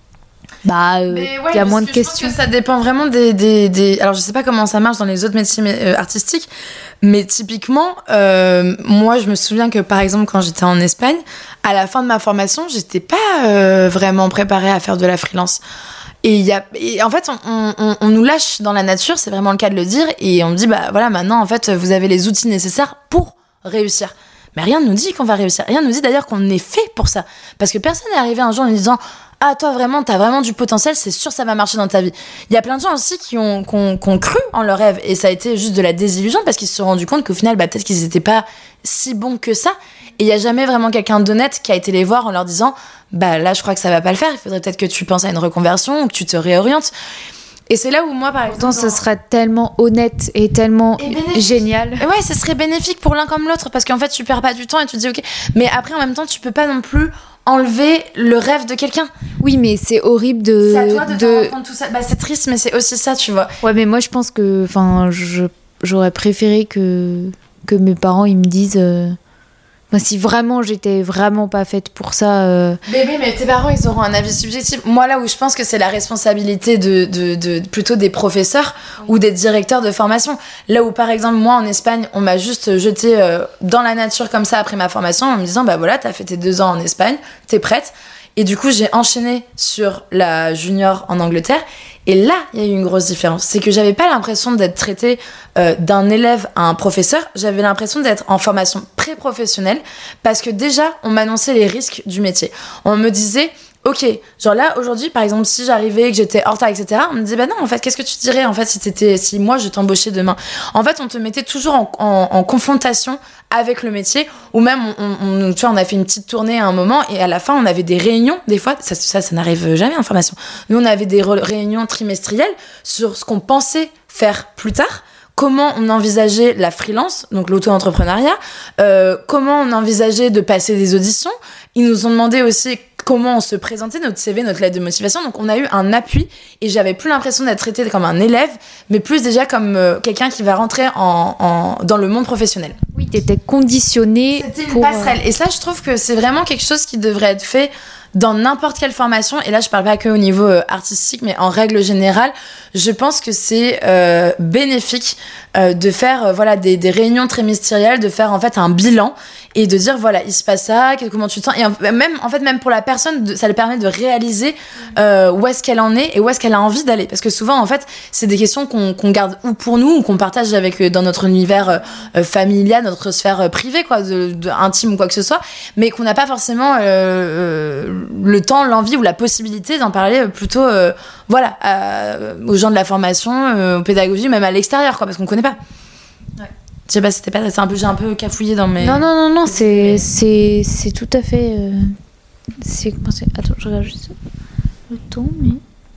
bah, il
Mais ouais,
y a
parce
moins de
que je pense
questions.
que ça dépend vraiment des, des, des... Alors, je sais pas comment ça marche dans les autres métiers mais, euh, artistiques, mais typiquement, euh, moi, je me souviens que, par exemple, quand j'étais en Espagne, à la fin de ma formation, j'étais pas euh, vraiment préparée à faire de la freelance. Et, y a, et en fait, on, on, on nous lâche dans la nature, c'est vraiment le cas de le dire, et on dit, bah voilà, maintenant, en fait, vous avez les outils nécessaires pour réussir. Mais rien ne nous dit qu'on va réussir. Rien ne nous dit d'ailleurs qu'on est fait pour ça. Parce que personne n'est arrivé un jour en nous disant, ah, toi, vraiment, t'as vraiment du potentiel, c'est sûr, ça va marcher dans ta vie. Il y a plein de gens aussi qui ont, qui ont, qui ont cru en leur rêve, et ça a été juste de la désillusion, parce qu'ils se sont rendus compte qu'au final, bah, peut-être qu'ils n'étaient pas si bons que ça. Et il n'y a jamais vraiment quelqu'un d'honnête qui a été les voir en leur disant, bah là, je crois que ça va pas le faire, il faudrait peut-être que tu penses à une reconversion, ou que tu te réorientes. Et c'est là où moi, par exemple...
Pourtant, ce
dans-
serait tellement honnête et tellement
Et bénéfique.
génial.
Et ouais, ce serait bénéfique pour l'un comme l'autre, parce qu'en fait, tu perds pas du temps et tu te dis, ok. Mais après, en même temps, tu peux pas non plus enlever le rêve de quelqu'un.
Oui, mais c'est horrible de...
C'est à toi de,
de-
te rendre compte tout ça. Bah, c'est triste, mais c'est aussi ça, tu vois.
Ouais, mais moi, je pense que... Enfin, je, j'aurais préféré que, que mes parents, ils me disent... euh, Enfin, si vraiment j'étais vraiment pas faite pour ça... euh,
Bébé, mais tes parents, ils auront un avis subjectif. Moi, là où je pense que c'est la responsabilité de, de, de plutôt des professeurs ou des directeurs de formation. Là où, par exemple, moi, en Espagne, on m'a juste jeté euh, dans la nature comme ça après ma formation en me disant, bah voilà, t'as fait tes deux ans en Espagne, t'es prête. Et du coup, j'ai enchaîné sur la junior en Angleterre. Et là, il y a eu une grosse différence. C'est que j'avais pas l'impression d'être traitée euh, d'un élève à un professeur. J'avais l'impression d'être en formation pré-professionnelle parce que déjà, on m'annonçait les risques du métier. On me disait, ok, genre là, aujourd'hui, par exemple, si j'arrivais, que j'étais en retard, et cetera, on me disait, bah non, en fait, qu'est-ce que tu dirais, en fait, si t'étais, si moi, je t'embauchais demain? En fait, on te mettait toujours en, en, en confrontation avec le métier, ou même, on, on, tu vois, on a fait une petite tournée à un moment, et à la fin, on avait des réunions, des fois, ça, ça, ça n'arrive jamais en formation. Nous, on avait des re- réunions trimestrielles sur ce qu'on pensait faire plus tard, comment on envisageait la freelance, donc l'auto-entrepreneuriat, euh, comment on envisageait de passer des auditions. Ils nous ont demandé aussi comment on se présentait, notre C V, notre lettre de motivation. Donc on a eu un appui et j'avais plus l'impression d'être traitée comme un élève, mais plus déjà comme euh, quelqu'un qui va rentrer en, en, dans le monde professionnel.
Oui, t'étais conditionnée
C'était une
pour...
passerelle. Et ça, je trouve que c'est vraiment quelque chose qui devrait être fait dans n'importe quelle formation. Et là, je parle pas que au niveau euh, artistique, mais en règle générale, je pense que c'est euh, bénéfique euh, de faire euh, voilà des, des réunions trimestrielles, de faire en fait un bilan et de dire voilà il se passe ça, que- comment tu te sens. Et en- même en fait même pour la personne, de- ça lui permet de réaliser euh, où est-ce qu'elle en est et où est-ce qu'elle a envie d'aller. Parce que souvent en fait c'est des questions qu'on qu'on garde ou pour nous ou qu'on partage avec euh, dans notre univers euh, euh, familial, notre sphère euh, privée quoi, de, de- intime ou quoi que ce soit, mais qu'on n'a pas forcément euh, euh, le temps, l'envie ou la possibilité d'en parler euh, plutôt euh, voilà à- aux gens de la formation, euh, aux pédagogies, même à l'extérieur quoi, parce qu'on connaît pas.
Ouais.
Je sais pas, c'était pas, c'est un peu, j'ai un peu cafouillé dans mes.
Non, non, non, non, c'est, c'est, c'est tout à fait... euh, c'est, comment c'est... Attends, je regarde juste le ton, mais...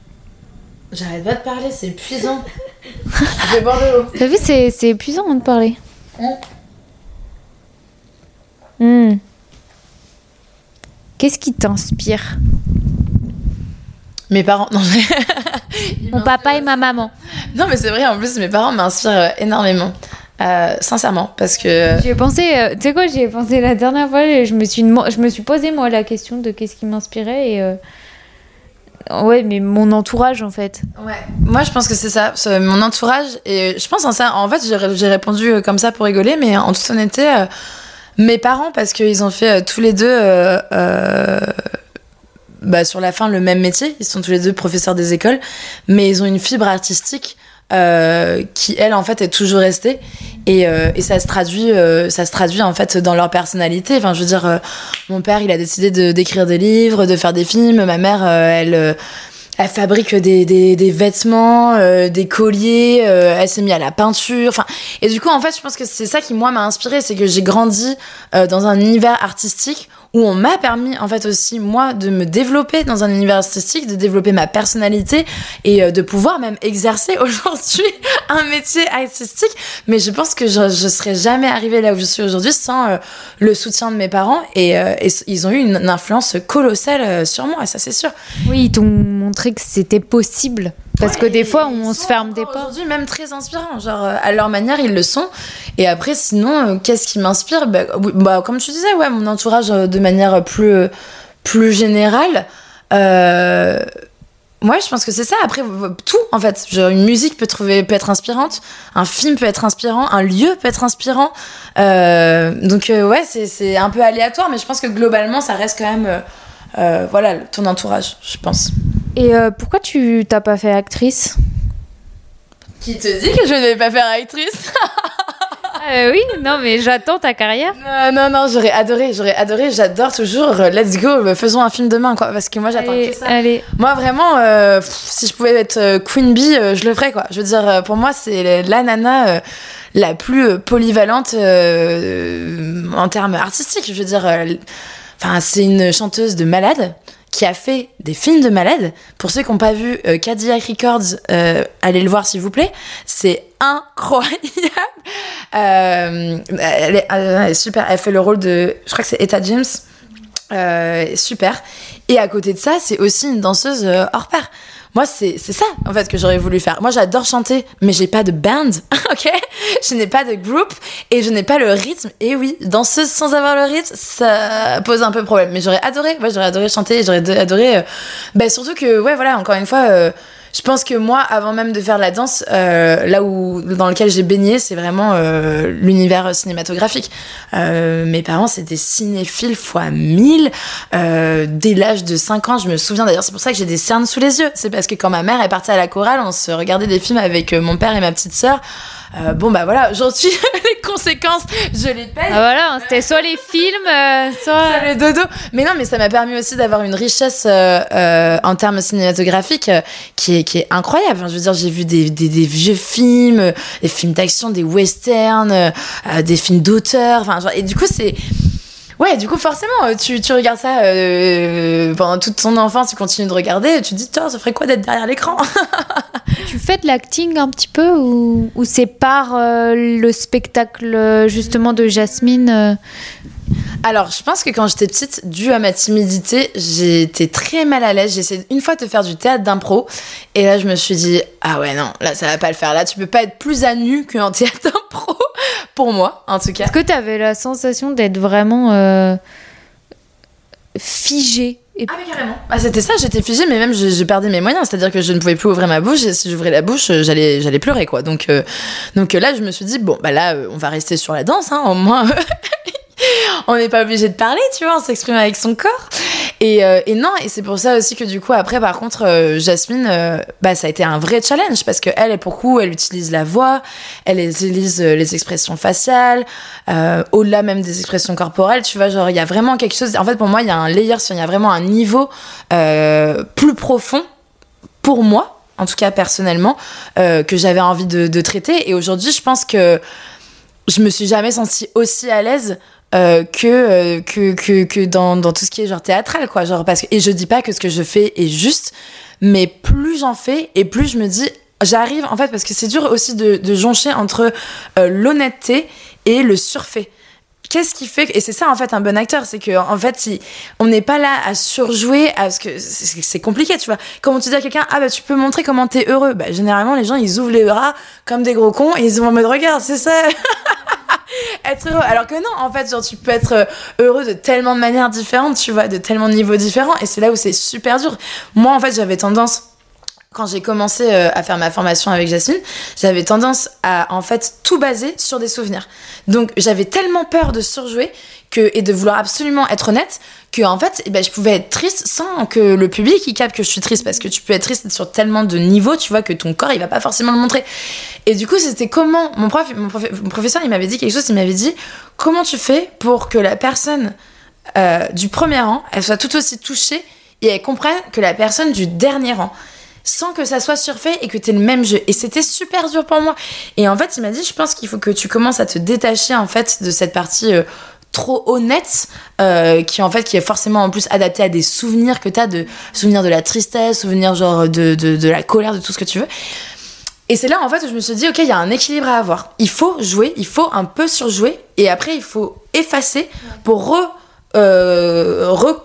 J'arrête pas de parler, c'est épuisant. Je vais boire de l'eau.
T'as vu, c'est, c'est épuisant hein, de parler.
Mm.
Hmm. Qu'est-ce qui t'inspire?
Mes parents. Non, je- Ils
Mon papa et ma maman.
Non, mais c'est vrai, en plus, mes parents m'inspirent euh, énormément. Euh, sincèrement, parce que.
J'y ai pensé, euh, tu sais quoi, j'y ai pensé la dernière fois, et je me suis, demand- je me suis posé moi la question de qu'est-ce qui m'inspirait et... euh, Ouais, mais mon entourage en fait.
Ouais. Moi, je pense que c'est ça, c'est mon entourage. Et je pense en ça. En fait, j'ai, j'ai répondu euh, comme ça pour rigoler, mais en toute honnêteté, euh, mes parents, parce qu'ils ont fait euh, tous les deux. Euh, euh, bah, sur la fin, le même métier. Ils sont tous les deux professeurs des écoles, mais ils ont une fibre artistique. Euh, qui elle en fait est toujours restée et, euh, et ça se traduit euh, ça se traduit en fait dans leur personnalité. Enfin je veux dire euh, mon père il a décidé de d'écrire des livres, de faire des films, ma mère euh, elle euh, elle fabrique des, des, des vêtements, euh, des colliers, euh, elle s'est mise à la peinture, enfin et du coup en fait je pense que c'est ça qui moi m'a inspirée, c'est que j'ai grandi euh, dans un univers artistique où on m'a permis en fait aussi moi de me développer dans un univers artistique, de développer ma personnalité et euh, de pouvoir même exercer aujourd'hui un métier artistique. Mais je pense que je, je serais jamais arrivée là où je suis aujourd'hui sans euh, le soutien de mes parents et, euh, et ils ont eu une influence colossale euh, sur moi, ça c'est sûr.
Oui, ils t'ont montré que c'était possible Parce
ouais,
que des fois,
ils
on se
sont
ferme des
encore
portes.
Aujourd'hui, même très inspirants. Genre, euh, à leur manière, ils le sont. Et après, sinon, euh, qu'est-ce qui m'inspire bah, oui, bah, comme tu disais, ouais, mon entourage euh, de manière plus, euh, plus générale. Euh... Ouais, je pense que c'est ça. Après, tout, en fait. Genre, une musique peut, trouver, peut être inspirante, un film peut être inspirant, un lieu peut être inspirant. Euh, donc, euh, ouais, c'est, c'est un peu aléatoire, mais je pense que globalement, ça reste quand même euh, euh, voilà, ton entourage, je pense.
Et euh, pourquoi tu t'as pas fait actrice ?
Qui te dit que je ne vais pas faire actrice ?
euh, Oui, non, mais j'attends ta carrière.
Non, non, non, j'aurais adoré, j'aurais adoré, j'adore toujours. euh, Let's go, faisons un film demain, quoi. Parce que moi, j'attends
allez,
que ça.
Allez.
Moi, vraiment, euh, pff, si je pouvais être euh, Queen Bee, euh, je le ferais, quoi. Je veux dire, euh, pour moi, c'est la nana euh, la plus euh, polyvalente euh, en termes artistiques. Je veux dire, enfin, euh, c'est une chanteuse de malade qui a fait des films de malade. Pour ceux qui n'ont pas vu euh, Cadillac Records, euh, allez le voir s'il vous plaît. C'est incroyable. Euh, elle, est, elle est super. Elle fait le rôle de, je crois que c'est Etta James. Euh, super. Et à côté de ça, c'est aussi une danseuse euh, hors pair. Moi, c'est, c'est ça, en fait, que j'aurais voulu faire. Moi, j'adore chanter, mais j'ai pas de band, ok ? Je n'ai pas de groupe et je n'ai pas le rythme. Et oui, danseuse sans avoir le rythme, ça pose un peu problème. Mais j'aurais adoré, ouais, j'aurais adoré chanter, j'aurais adoré... Euh... Bah, surtout que, ouais, voilà, encore une fois... Euh... Je pense que moi, avant même de faire de la danse, euh, là où dans lequel j'ai baigné, c'est vraiment euh, l'univers cinématographique. Euh, mes parents, c'est des cinéphiles fois mille. Euh, dès l'âge de cinq ans, je me souviens, d'ailleurs, c'est pour ça que j'ai des cernes sous les yeux. C'est parce que quand ma mère est partie à la chorale, on se regardait des films avec mon père et ma petite sœur. Euh, bon, bah voilà, aujourd'hui, les conséquences, je les paye.
Ah voilà, hein, c'était soit les films, euh, soit...
soit le dodo. Mais non, mais ça m'a permis aussi d'avoir une richesse euh, euh, en termes cinématographiques euh, qui, est, qui est incroyable. Enfin, je veux dire, j'ai vu des, des, des vieux films, euh, des films d'action, des westerns, euh, euh, des films d'auteur. Enfin, genre, et du coup, c'est... Ouais, du coup, forcément, tu, tu regardes ça euh, pendant toute ton enfance, tu continues de regarder, et tu te dis, tiens, ça ferait quoi d'être derrière l'écran ?
Tu fais de l'acting un petit peu ou, ou c'est par euh, le spectacle justement de Jasmine euh...
Alors, je pense que quand j'étais petite, dû à ma timidité, j'étais très mal à l'aise. J'ai essayé une fois de faire du théâtre d'impro. Et là, je me suis dit, ah ouais, non, là, ça va pas le faire. Là, tu peux pas être plus à nu qu'en théâtre d'impro. Pour moi, en tout cas.
Est-ce que tu avais la sensation d'être vraiment euh, figée et...
Ah mais carrément. Ah, c'était ça, j'étais figée, mais même je, je perdais mes moyens. C'est-à-dire que je ne pouvais plus ouvrir ma bouche. Et si j'ouvrais la bouche, j'allais, j'allais pleurer, quoi. Donc, euh, donc là, je me suis dit, bon, bah là, on va rester sur la danse, hein, au moins... on n'est pas obligé de parler, tu vois, on s'exprime avec son corps. Et, euh, et non, et c'est pour ça aussi que du coup, après, par contre, euh, Jasmine, euh, bah, ça a été un vrai challenge parce qu'elle, pour le coup, elle utilise la voix, elle utilise euh, les expressions faciales, euh, au-delà même des expressions corporelles, tu vois, genre, il y a vraiment quelque chose. En fait, pour moi, il y a un layer, il y a vraiment un niveau euh, plus profond pour moi, en tout cas personnellement, euh, que j'avais envie de, de traiter. Et aujourd'hui, je pense que je me suis jamais sentie aussi à l'aise. Euh, que, euh, que, que, que dans, dans tout ce qui est genre théâtral, quoi. Genre, parce que, et je dis pas que ce que je fais est juste, mais plus j'en fais et plus je me dis, j'arrive, en fait, parce que c'est dur aussi de, de joncher entre euh, l'honnêteté et le surfait. Qu'est-ce qui fait que... Et c'est ça, en fait, un bon acteur, c'est que en fait, il... on n'est pas là à surjouer, à... parce que c'est, c'est compliqué, tu vois. Comment tu dis à quelqu'un, ah bah tu peux montrer comment t'es heureux. Bah généralement, les gens, ils ouvrent les bras comme des gros cons et ils sont en mode, regarde, c'est ça. Être heureux. Alors que non, en fait, genre, tu peux être heureux de tellement de manières différentes, tu vois, de tellement de niveaux différents. Et c'est là où c'est super dur. Moi, en fait, j'avais tendance... Quand j'ai commencé euh, à faire ma formation avec Jasmine, j'avais tendance à, en fait, tout baser sur des souvenirs. Donc, j'avais tellement peur de surjouer que, et de vouloir absolument être honnête que, en fait, eh ben, je pouvais être triste sans que le public il capte que je suis triste. Parce que tu peux être triste sur tellement de niveaux, tu vois, que ton corps, il va pas forcément le montrer. Et du coup, c'était comment... Mon, prof, mon, prof, mon professeur, il m'avait dit quelque chose, il m'avait dit, comment tu fais pour que la personne euh, du premier rang, elle soit tout aussi touchée et elle comprenne que la personne du dernier rang, sans que ça soit surfait et que t'aies le même jeu. Et c'était super dur pour moi. Et en fait, il m'a dit, je pense qu'il faut que tu commences à te détacher, en fait, de cette partie euh, trop honnête, euh, qui, en fait, qui est forcément, en plus, adaptée à des souvenirs que t'as, de souvenirs de la tristesse, souvenirs, genre, de, de, de la colère, de tout ce que tu veux. Et c'est là, en fait, où je me suis dit, ok, il y a un équilibre à avoir. Il faut jouer, il faut un peu surjouer, et après, il faut effacer pour re... Euh, re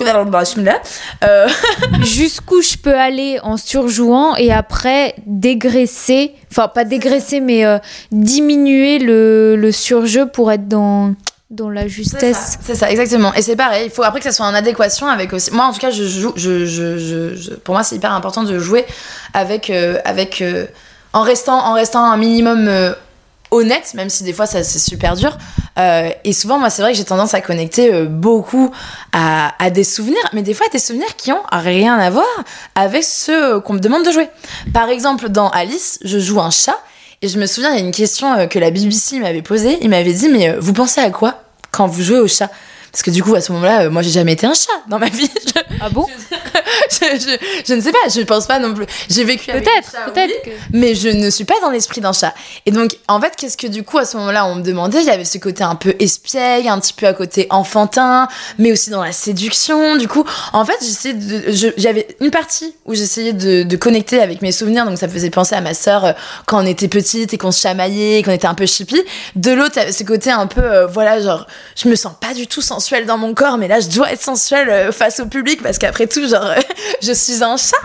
euh...
Jusqu'où je peux aller en surjouant et après dégraisser, enfin pas dégraisser mais euh, diminuer le, le surjeu pour être dans, dans la justesse.
C'est ça, c'est ça, exactement. Et c'est pareil, il faut après que ça soit en adéquation avec aussi... Moi en tout cas, je joue, je, je, je, je... pour moi c'est hyper important de jouer avec... Euh, avec euh, en, restant, en restant un minimum... Euh, honnête, même si des fois ça, c'est super dur. Euh, et souvent, moi, c'est vrai que j'ai tendance à connecter euh, beaucoup à, à des souvenirs, mais des fois à des souvenirs qui ont rien à voir avec ceux qu'on me demande de jouer. Par exemple, dans Alice, je joue un chat, et je me souviens, il y a une question euh, que la B B C m'avait posée. Il m'avait dit, mais euh, vous pensez à quoi quand vous jouez au chat ? Parce que du coup, à ce moment-là, euh, moi, j'ai jamais été un chat dans ma vie. Je,
ah bon
je, je, je ne sais pas, je pense pas non plus. J'ai vécu avec
peut-être,
chat,
peut-être.
Oui,
que...
mais je ne suis pas dans l'esprit d'un chat. Et donc, en fait, qu'est-ce que du coup, à ce moment-là, on me demandait, il y avait ce côté un peu espiègle, un petit peu à côté enfantin, mais aussi dans la séduction. Du coup, en fait, j'essayais de, je, j'avais une partie où j'essayais de, de connecter avec mes souvenirs, donc ça me faisait penser à ma sœur euh, quand on était petite et qu'on se chamaillait, et qu'on était un peu chippie. De l'autre, il y avait ce côté un peu, euh, voilà, genre, je me sens pas du tout sensuelle dans mon corps, mais là, je dois être sensuelle euh, face au public parce qu'après tout, genre, euh, je suis un chat.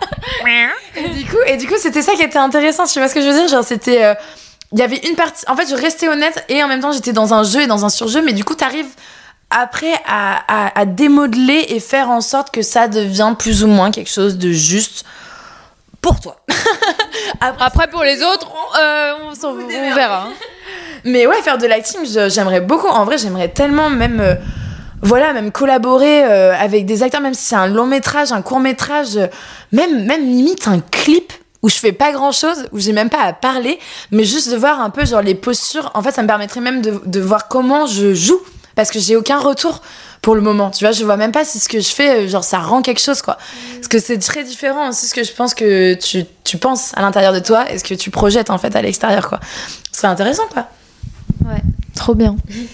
et du coup, et du coup, c'était ça qui était intéressant. Tu vois ce que je veux dire ? Genre, c'était, euh, il y avait une partie. En fait, je restais honnête et en même temps, j'étais dans un jeu et dans un surjeu. Mais du coup, t'arrives après à, à, à démodeler et faire en sorte que ça devient plus ou moins quelque chose de juste pour toi.
après, après, pour les autres, euh, on, s'en, on verra. Hein.
Mais ouais, faire de l'acting, je, j'aimerais beaucoup. En vrai, j'aimerais tellement même, euh, voilà, même collaborer euh, avec des acteurs, même si c'est un long métrage, un court métrage, euh, même, même limite un clip où je fais pas grand chose, où j'ai même pas à parler, mais juste de voir un peu genre les postures. En fait, ça me permettrait même de, de voir comment je joue, parce que j'ai aucun retour pour le moment. Tu vois, je vois même pas si ce que je fais, genre ça rend quelque chose, quoi. Parce que c'est très différent aussi ce que je pense que tu, tu penses à l'intérieur de toi et ce que tu projettes en fait à l'extérieur, quoi. Ce serait intéressant, quoi.
Ouais, trop bien.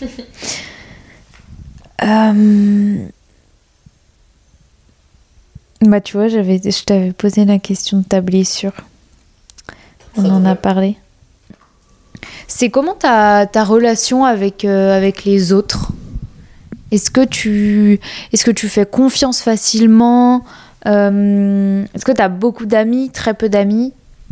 euh... Bah tu vois, j'avais, je t'avais posé la question de ta blessure. On en a parlé. C'est comment ta, ta relation avec, euh, avec les autres ? Est-ce que tu, est-ce que tu fais confiance facilement ? euh, Est-ce que tu as beaucoup d'amis, très peu d'amis ?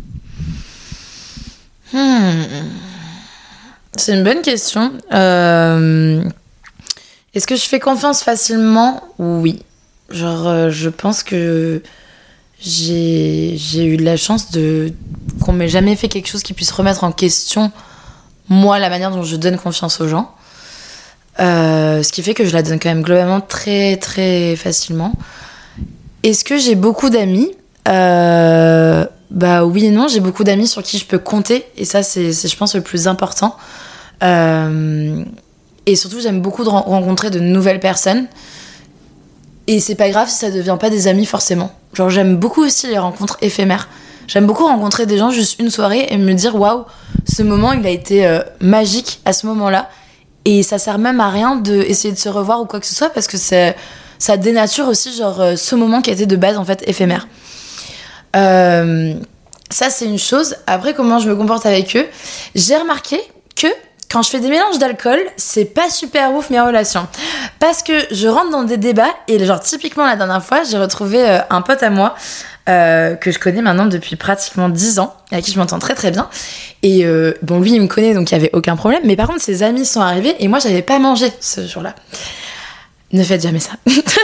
hmm. C'est une bonne question. Euh... Est-ce que je fais confiance facilement ? Oui. Genre, euh, je pense que j'ai, j'ai eu de la chance de qu'on m'ait jamais fait quelque chose qui puisse remettre en question, moi, la manière dont je donne confiance aux gens. Euh, ce qui fait que je la donne quand même globalement très, très facilement. Est-ce que j'ai beaucoup d'amis ? euh... Bah oui et non, j'ai beaucoup d'amis sur qui je peux compter. Et ça, c'est, c'est je pense, le plus important. Euh, et surtout, j'aime beaucoup de rencontrer de nouvelles personnes. Et c'est pas grave si ça devient pas des amis forcément. Genre, j'aime beaucoup aussi les rencontres éphémères. J'aime beaucoup rencontrer des gens juste une soirée et me dire waouh, ce moment il a été euh, magique à ce moment-là. Et ça sert même à rien d'essayer de se revoir ou quoi que ce soit parce que c'est, ça dénature aussi genre euh, ce moment qui a été de base en fait éphémère. Euh, ça c'est une chose. Après, comment je me comporte avec eux, j'ai remarqué que quand je fais des mélanges d'alcool, c'est pas super ouf mes relations. Parce que je rentre dans des débats et genre typiquement la dernière fois, j'ai retrouvé euh, un pote à moi euh, que je connais maintenant depuis pratiquement dix ans, avec qui je m'entends très très bien. Et euh, bon, lui il me connaît donc il y avait aucun problème. Mais par contre ses amis sont arrivés et moi j'avais pas mangé ce jour-là. Ne faites jamais ça.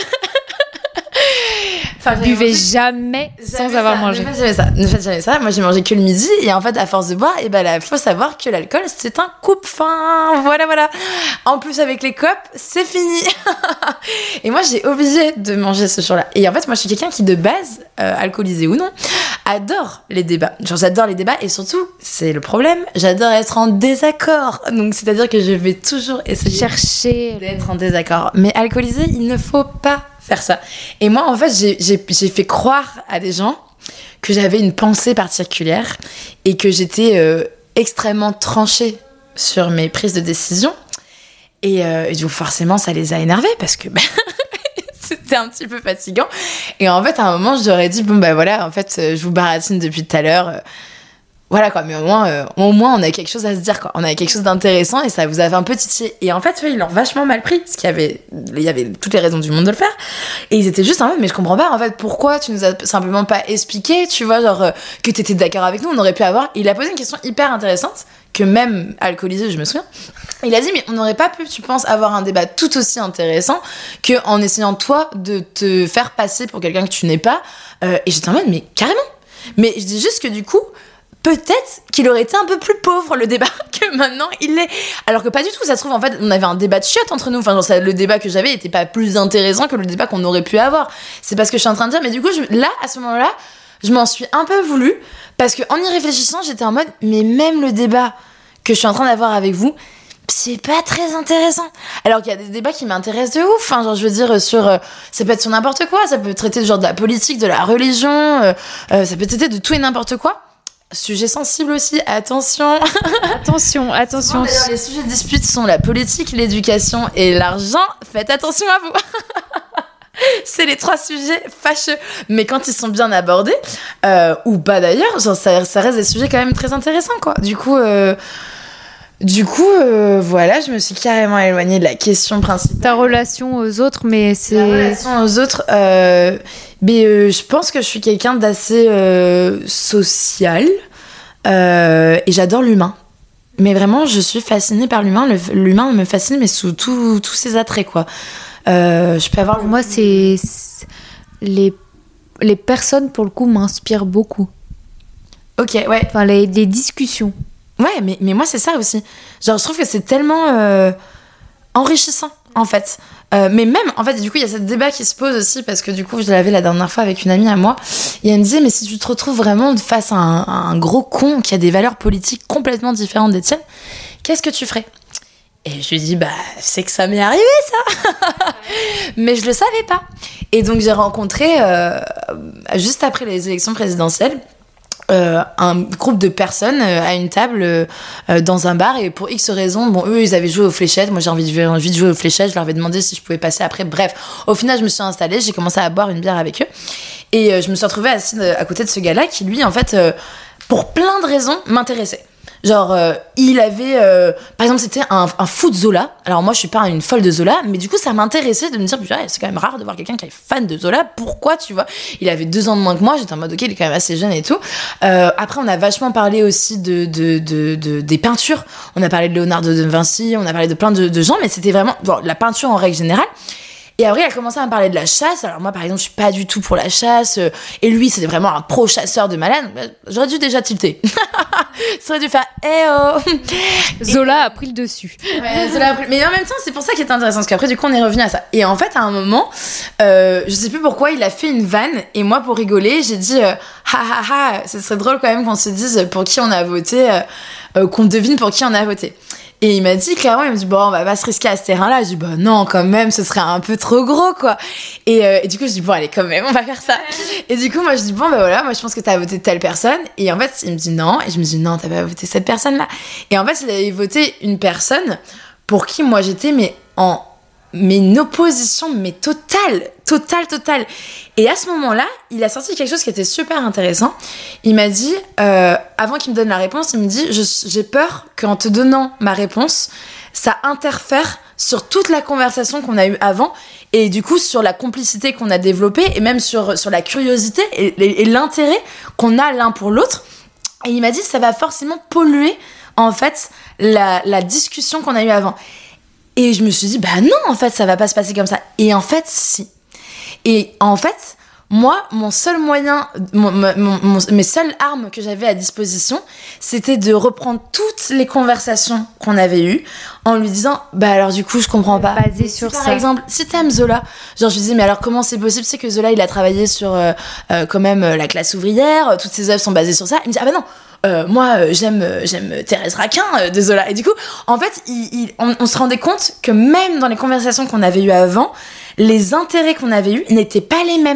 Enfin, buvez mangé... jamais sans jamais avoir
ça,
mangé.
Ne faites jamais ça. Ne faites jamais ça. Moi, j'ai mangé que le midi. Et en fait, à force de boire, et ben, là, faut savoir que l'alcool, c'est un coupe-faim. Voilà, voilà. En plus, avec les copes, c'est fini. Et moi, j'ai obligé de manger ce jour-là. Et en fait, moi, je suis quelqu'un qui, de base, euh, alcoolisé ou non, adore les débats. Genre, j'adore les débats. Et surtout, c'est le problème, j'adore être en désaccord. Donc, c'est-à-dire que je vais toujours essayer
chercher
d'être en désaccord. Mais alcoolisé, il ne faut pas faire ça. Et moi, en fait, j'ai, j'ai, j'ai fait croire à des gens que j'avais une pensée particulière et que j'étais euh, extrêmement tranchée sur mes prises de décision. Et, euh, et du coup, forcément, ça les a énervés parce que bah, c'était un petit peu fatigant. Et en fait, à un moment, je leur ai dit, bon, bah voilà, en fait, je vous baratine depuis tout à l'heure. Voilà quoi, mais au moins, euh, au moins on a quelque chose à se dire quoi. On a quelque chose d'intéressant et ça vous avait un peu titillé. Et en fait, tu vois, ils l'ont vachement mal pris, parce qu'il y avait, il y avait toutes les raisons du monde de le faire. Et ils étaient juste en mode, mais je comprends pas en fait pourquoi tu nous as simplement pas expliqué, tu vois, genre euh, que t'étais d'accord avec nous, on aurait pu avoir. Et il a posé une question hyper intéressante que même alcoolisé, je me souviens. Il a dit, mais on n'aurait pas pu, tu penses, avoir un débat tout aussi intéressant que en essayant toi de te faire passer pour quelqu'un que tu n'es pas. Euh, et j'étais en mode, mais carrément. Mais je dis juste que du coup. Peut-être qu'il aurait été un peu plus pauvre le débat que maintenant il l'est. Alors que pas du tout, ça se trouve en fait on avait un débat de chiottes entre nous. Enfin genre ça, le débat que j'avais était pas plus intéressant que le débat qu'on aurait pu avoir. C'est parce que je suis en train de dire, mais du coup je, là à ce moment-là, je m'en suis un peu voulu parce que en y réfléchissant j'étais en mode mais même le débat que je suis en train d'avoir avec vous, c'est pas très intéressant. Alors qu'il y a des débats qui m'intéressent de ouf. Enfin, genre, je veux dire, sur. Euh, ça peut être sur n'importe quoi. Ça peut traiter genre de la politique, de la religion. Euh, euh, ça peut traiter de tout et n'importe quoi. Sujet sensible aussi, attention.
Attention, attention.
Souvent, d'ailleurs, les sujets de dispute sont la politique, l'éducation et l'argent. Faites attention à vous. C'est les trois sujets fâcheux. Mais quand ils sont bien abordés, euh, ou pas d'ailleurs, genre, ça, ça reste des sujets quand même très intéressants, quoi. Du coup, euh, du coup euh, voilà, je me suis carrément éloignée de la question principale.
Ta relation aux autres, mais c'est...
La relation aux autres... Euh, Mais euh, je pense que je suis quelqu'un d'assez euh, social euh, et j'adore l'humain. Mais vraiment, je suis fascinée par l'humain. Le, l'humain me fascine, mais sous tous ses attraits, quoi. Euh, je peux avoir...
Pour moi, c'est... c'est... Les... les personnes, pour le coup, m'inspirent beaucoup.
Ok, ouais.
Enfin, les, les discussions.
Ouais, mais, mais moi, c'est ça aussi. Genre, je trouve que c'est tellement euh, enrichissant, en fait. Euh, mais même, en fait, du coup, il y a ce débat qui se pose aussi, parce que du coup, je l'avais la dernière fois avec une amie à moi, et elle me disait, mais si tu te retrouves vraiment face à un, à un gros con qui a des valeurs politiques complètement différentes des tiennes, qu'est-ce que tu ferais ? Et je lui dis, bah, c'est que ça m'est arrivé, ça. Mais je le savais pas. Et donc, j'ai rencontré, euh, juste après les élections présidentielles, Euh, un groupe de personnes euh, à une table euh, dans un bar, et pour X raisons, bon, eux ils avaient joué aux fléchettes, moi j'ai envie de, envie de jouer aux fléchettes, je leur avais demandé si je pouvais passer après, bref, au final je me suis installée, j'ai commencé à boire une bière avec eux et euh, je me suis retrouvée assise à côté de ce gars-là qui lui en fait euh, pour plein de raisons m'intéressait. Genre, euh, il avait... Euh, par exemple, c'était un, un fou de Zola. Alors moi, je suis pas une folle de Zola, mais du coup, ça m'intéressait de me dire, putain, c'est quand même rare de voir quelqu'un qui est fan de Zola. Pourquoi, tu vois ? Il avait deux ans de moins que moi. J'étais en mode, ok, il est quand même assez jeune et tout. Euh, après, on a vachement parlé aussi de, de, de, de, des peintures. On a parlé de Léonard de Vinci, on a parlé de plein de, de gens, mais c'était vraiment... Bon, la peinture en règle générale. Et après, il a commencé à me parler de la chasse. Alors moi, par exemple, je suis pas du tout pour la chasse. Et lui, c'était vraiment un pro-chasseur de malade. J'aurais dû déjà tilter. Ça aurait dû faire « Eh oh !»
Zola a pris le dessus.
Ouais, Zola a pris... Mais en même temps, c'est pour ça qui est intéressant. Parce qu'après, du coup, on est revenu à ça. Et en fait, à un moment, euh, je sais plus pourquoi, il a fait une vanne. Et moi, pour rigoler, j'ai dit euh, « Ha ha ha, ce serait drôle quand même qu'on se dise pour qui on a voté, euh, euh, qu'on devine pour qui on a voté. » Et il m'a dit, clairement, il me dit, bon, on va pas se risquer à ce terrain-là. Je dis, bah non, quand même, ce serait un peu trop gros, quoi. Et, euh, et du coup, je dis, bon, allez, quand même, on va faire ça. Et du coup, moi, je dis, bon, bah voilà, moi, je pense que t'as voté telle personne. Et en fait, il me dit non. Et je me dis, non, t'as pas voté cette personne-là. Et en fait, il avait voté une personne pour qui, moi, j'étais, mais en... mais une opposition, mais totale, totale, totale. Et à ce moment-là, il a sorti quelque chose qui était super intéressant. Il m'a dit, euh, avant qu'il me donne la réponse, il me dit, je, j'ai peur qu'en te donnant ma réponse, ça interfère sur toute la conversation qu'on a eue avant, et du coup sur la complicité qu'on a développée, et même sur, sur la curiosité et, et, et l'intérêt qu'on a l'un pour l'autre. Et il m'a dit, ça va forcément polluer, en fait, la, la discussion qu'on a eue avant. Et je me suis dit, bah non, en fait, ça va pas se passer comme ça. Et en fait, si. Et en fait, moi, mon seul moyen, mon, mon, mon, mes seules armes que j'avais à disposition, c'était de reprendre toutes les conversations qu'on avait eues en lui disant, bah alors du coup, je comprends pas.
Basé sur
si, par
ça.
Par exemple, si t'aimes Zola, genre je lui disais, mais alors comment c'est possible ? C'est que Zola, il a travaillé sur euh, euh, quand même euh, la classe ouvrière, toutes ses œuvres sont basées sur ça. Il me dit, ah bah non, Euh, moi euh, j'aime euh, j'aime Thérèse Raquin euh, de Zola. Et du coup en fait il, il, on, on se rendait compte que même dans les conversations qu'on avait eues avant, les intérêts qu'on avait eus n'étaient pas les mêmes. Oui.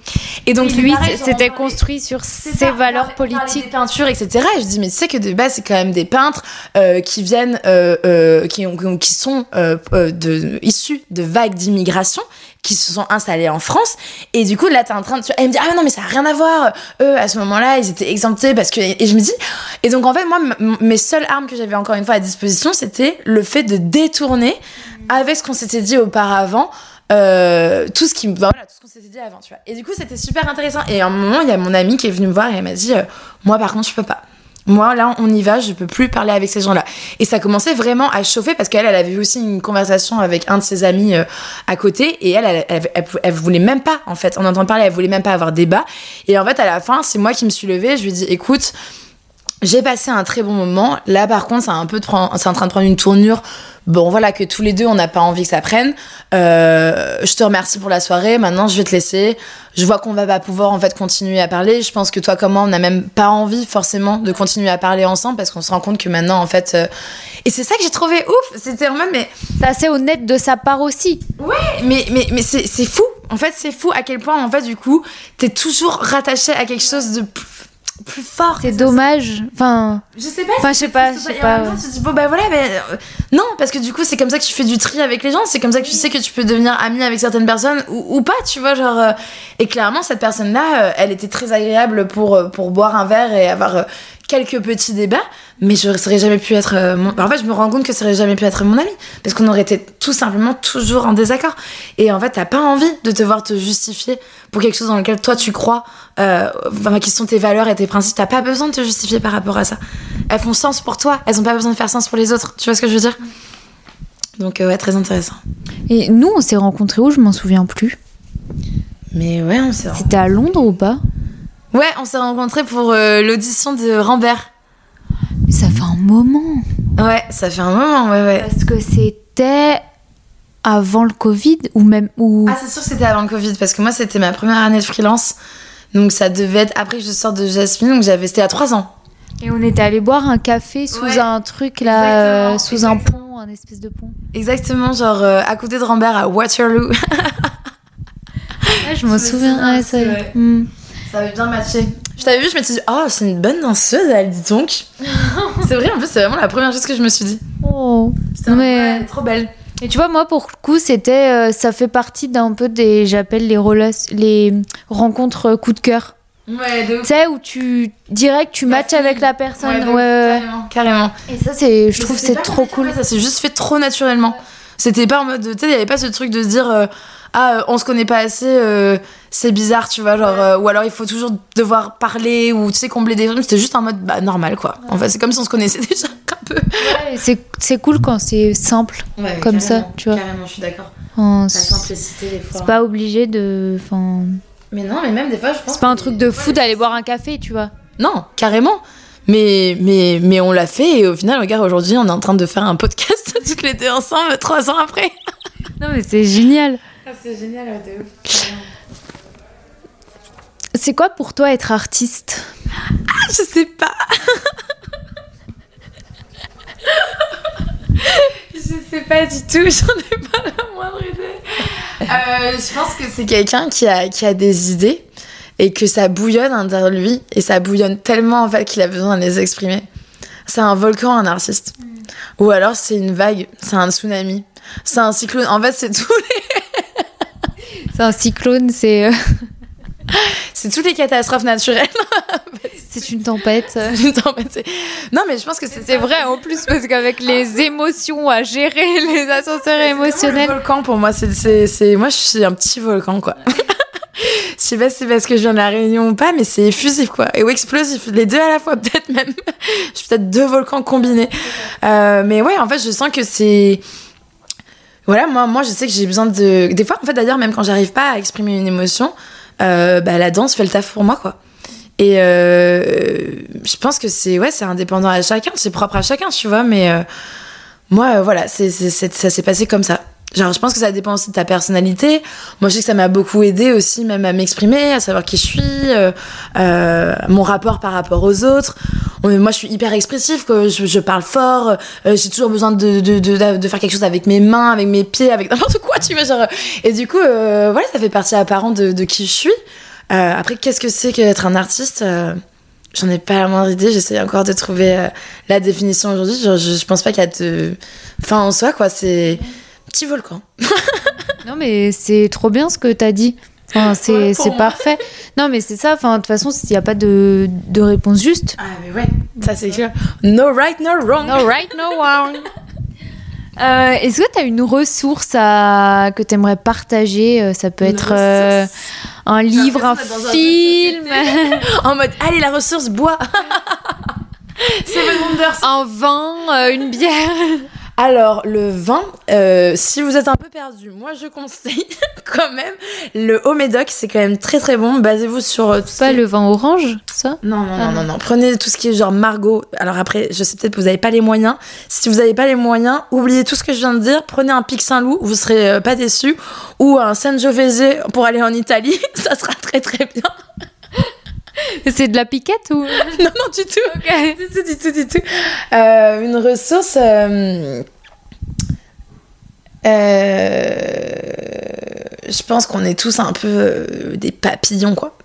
Et donc
lui,
pareil,
c'était construit sur ses valeurs politiques,
des peintures, et cetera. Et je dis mais tu sais que de base c'est quand même des peintres euh, qui viennent, euh, euh, qui, ont, qui sont euh, euh, de, issus de vagues d'immigration, qui se sont installés en France. Et du coup là t'es en train de, elle me dit ah non mais ça a rien à voir. Eux à ce moment-là ils étaient exemptés parce que, et je me dis, et donc en fait moi m- mes seules armes que j'avais encore une fois à disposition c'était le fait de détourner avec ce qu'on s'était dit auparavant. Euh, tout ce qui bah voilà tout ce qu'on s'était dit avant, tu vois. Et du coup c'était super intéressant. Et à un moment il y a mon amie qui est venue me voir et elle m'a dit euh, moi par contre je peux pas, moi là on y va, je peux plus parler avec ces gens là. Et ça commençait vraiment à chauffer parce qu'elle elle avait eu aussi une conversation avec un de ses amis euh, à côté, et elle elle, elle, elle elle elle voulait même pas en fait en entendre parler, elle voulait même pas avoir débat. Et en fait à la fin c'est moi qui me suis levée, je lui ai dit écoute, j'ai passé un très bon moment. Là, par contre, c'est un peu de prendre, c'est en train de prendre une tournure. Bon, voilà, que tous les deux, on n'a pas envie que ça prenne. Euh, je te remercie pour la soirée. Maintenant, je vais te laisser. Je vois qu'on va pas pouvoir, en fait, continuer à parler. Je pense que toi, comme moi, on n'a même pas envie, forcément, de continuer à parler ensemble parce qu'on se rend compte que maintenant, en fait... Euh... Et c'est ça que j'ai trouvé ouf. C'était en mode, mais...
C'est assez honnête de sa part aussi.
Ouais, mais, mais, mais c'est, c'est fou. En fait, c'est fou à quel point, en fait, du coup, t'es toujours rattaché à quelque chose de... plus fort.
C'est dommage. Enfin,
je sais pas.
Enfin, je sais pas, je sais pas.
Tu te dis bon bah voilà, mais euh, non, parce que du coup c'est comme ça que tu fais du tri avec les gens. C'est comme ça que tu sais que tu peux devenir ami avec certaines personnes ou, ou pas, tu vois, genre. Euh, et clairement cette personne-là, euh, elle était très agréable pour euh, pour boire un verre et avoir euh, quelques petits débats. Mais je serais jamais pu être. Euh, mon... En fait, je me rends compte que ça aurait jamais pu être mon ami parce qu'on aurait été tout simplement toujours en désaccord. Et en fait, t'as pas envie de te voir te justifier pour quelque chose dans lequel toi tu crois, euh, enfin, qui sont tes valeurs et tes principes. T'as pas besoin de te justifier par rapport à ça. Elles font sens pour toi, elles ont pas besoin de faire sens pour les autres. Tu vois ce que je veux dire? Donc euh, ouais, très intéressant.
Et nous, on s'est rencontrés où? Je m'en souviens plus.
Mais ouais, on s'est.
C'était à Londres ou pas?
Ouais, on s'est rencontrés pour euh, l'audition de Rambert.
Mais ça fait un moment.
Ouais, ça fait un moment, ouais, ouais.
Parce que c'était avant le Covid ou même... Ou...
Ah, c'est sûr que c'était avant le Covid, parce que moi, c'était ma première année de freelance. Donc ça devait être après que je sorte de Jasmine, donc j'avais... C'était à trois ans.
Et on était allé boire un café sous ouais. un truc là, euh, sous exactement. un pont, un espèce de pont.
Exactement, genre euh, à côté de Rambert, à Waterloo.
Ouais, je m'en souviens, ouais, ça... Ouais. Mm.
Ça avait bien matché. Je t'avais vu, je m'étais dit, oh, c'est une bonne danseuse, elle, dis donc. C'est vrai, en plus, c'est vraiment la première chose que je me suis dit.
Oh,
c'était mais... ouais, trop belle.
Et tu vois, moi, pour le coup, c'était, euh, ça fait partie d'un peu des, j'appelle les, rela- les rencontres coup de cœur.
Ouais, de ouf.
Tu sais, où tu dirais que tu matches avec la personne.
Ouais,
ouais,
carrément, carrément.
Et ça, c'est, je mais trouve que c'est trop cool.
Ça s'est juste fait trop naturellement. Ouais. C'était pas en mode, tu sais, il y avait pas ce truc de se dire, euh, ah, euh, on se connaît pas assez, euh, c'est bizarre, tu vois, genre, euh, ou alors il faut toujours devoir parler ou, tu sais, combler des trucs. C'était juste en mode, bah, normal, quoi. Ouais. En fait, c'est comme si on se connaissait déjà un peu.
Ouais, c'est, c'est cool quand c'est simple, ouais, comme ça, tu vois.
Carrément, je suis d'accord.
En,
la simplicité, des fois.
C'est pas obligé de. Enfin.
Mais non, mais même des fois, je pense.
C'est pas un truc de fou d'aller boire un café, tu vois.
Non, carrément. Mais, mais, mais on l'a fait et au final, regarde, aujourd'hui, on est en train de faire un podcast toutes les deux ensemble, trois ans après.
Non, mais c'est génial.
Ah, c'est génial, de ouf.
C'est quoi pour toi être artiste?
Ah, je sais pas. Je sais pas du tout, j'en ai pas la moindre idée. Euh, je pense que c'est quelqu'un qui a, qui a des idées et que ça bouillonne à l'intérieur de lui et ça bouillonne tellement en fait qu'il a besoin de les exprimer. C'est un volcan, un artiste. Mm. Ou alors c'est une vague, c'est un tsunami, c'est un cyclone. En fait, c'est tous les...
c'est un cyclone, c'est...
c'est toutes les catastrophes naturelles.
C'est une tempête.
C'est une tempête. C'est... Non, mais je pense que c'est,
c'est vrai en plus parce qu'avec les émotions à gérer, les ascenseurs c'est émotionnels.
Le volcan pour moi, c'est, c'est, c'est... moi je suis un petit volcan quoi. Je sais pas si c'est parce que je viens de la Réunion ou pas, mais c'est effusif quoi. Et ou explosif, les deux à la fois peut-être même. Je suis peut-être deux volcans combinés. Euh, mais ouais, en fait, je sens que c'est... Voilà, moi, moi je sais que j'ai besoin de... Des fois, en fait, d'ailleurs, même quand j'arrive pas à exprimer une émotion, euh, bah, la danse fait le taf pour moi quoi. Et euh, je pense que c'est, ouais, c'est indépendant à chacun, c'est propre à chacun, tu vois, mais euh, moi, euh, voilà, c'est, c'est, c'est, ça s'est passé comme ça. Genre, je pense que ça dépend aussi de ta personnalité. Moi, je sais que ça m'a beaucoup aidé aussi, même à m'exprimer, à savoir qui je suis, euh, euh, mon rapport par rapport aux autres. Moi, je suis hyper expressif, que je, je parle fort, euh, j'ai toujours besoin de, de, de, de faire quelque chose avec mes mains, avec mes pieds, avec n'importe quoi, tu vois, genre. Et du coup, euh, voilà, ça fait partie apparente de, de qui je suis. Euh, après, qu'est-ce que c'est qu'être un artiste euh, J'en ai pas la moindre idée. J'essaie encore de trouver euh, la définition aujourd'hui. Genre, je, je pense pas qu'il y a de fin en soi, quoi. C'est petit volcan.
Non, mais c'est trop bien ce que t'as dit. Enfin, c'est,
Ouais,
c'est
moi.
parfait. Non, mais c'est ça. Enfin, de toute façon, s'il n'y a pas de, de réponse juste.
Ah, mais ouais, ça c'est clair. No right, no wrong.
No right, no wrong. Euh, est-ce que tu as une ressource à... que tu aimerais partager? Ça peut
Une
être euh, un livre, un
l'impression d'être dans un
film,
En mode, allez, la ressource, bois. Seven Wonders.
un vin, euh, une bière.
Alors, le vin, euh, si vous êtes un peu perdu, moi je conseille quand même le Haut Médoc, c'est quand même très très bon. Basez-vous sur euh, tout ce
Pas
qui est-
le vin orange, ça?
Non, non,
Ah
non,
non.
non, non. Prenez tout ce qui est genre Margot. Alors après, je sais peut-être que vous n'avez pas les moyens. Si vous n'avez pas les moyens, oubliez tout ce que je viens de dire. Prenez un Pic Saint-Loup, vous serez euh, pas déçus. Ou un Sangiovese pour aller en Italie, ça sera très très bien.
C'est de la piquette ou?
Non, non, du tout.
Ok.
Du tout, du tout, du tout. Euh, une ressource... euh, euh, je pense qu'on est tous un peu euh, des papillons, quoi.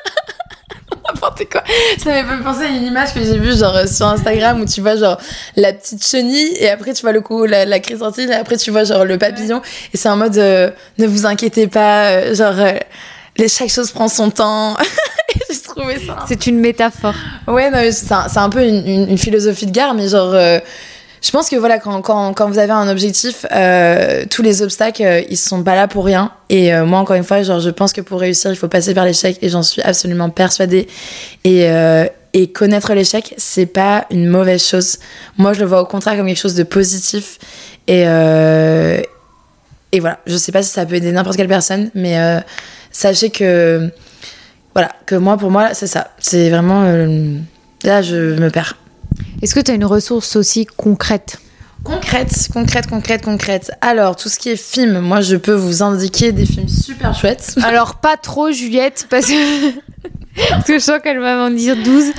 N'importe quoi. Ça m'a fait penser à une image que j'ai vue genre sur Instagram où tu vois genre la petite chenille et après tu vois le coup la, la chrysanthème et après tu vois genre le papillon et c'est en mode euh, ne vous inquiétez pas euh, genre euh, les, chaque chose prend son temps. J'ai trouvé ça.
C'est une métaphore.
Ouais, non, mais c'est un, c'est un peu une, une, une philosophie de gare, mais genre, euh, je pense que voilà, quand, quand, quand vous avez un objectif, euh, tous les obstacles, euh, ils sont pas là pour rien. Et euh, moi, encore une fois, genre, je pense que pour réussir, il faut passer par l'échec, et j'en suis absolument persuadée. Et, euh, et connaître l'échec, c'est pas une mauvaise chose. Moi, je le vois au contraire comme quelque chose de positif. Et, euh, et voilà, je sais pas si ça peut aider n'importe quelle personne, mais euh, sachez que. Voilà, que moi, pour moi, c'est ça. C'est vraiment... Euh, là, je me perds.
Est-ce que tu as une ressource aussi concrète?
Concrète, concrète, concrète, concrète. Alors, tout ce qui est film, moi, je peux vous indiquer des films super chouettes.
Alors, pas trop, Juliette, parce que, parce que je sens qu'elle va m'en dire douze.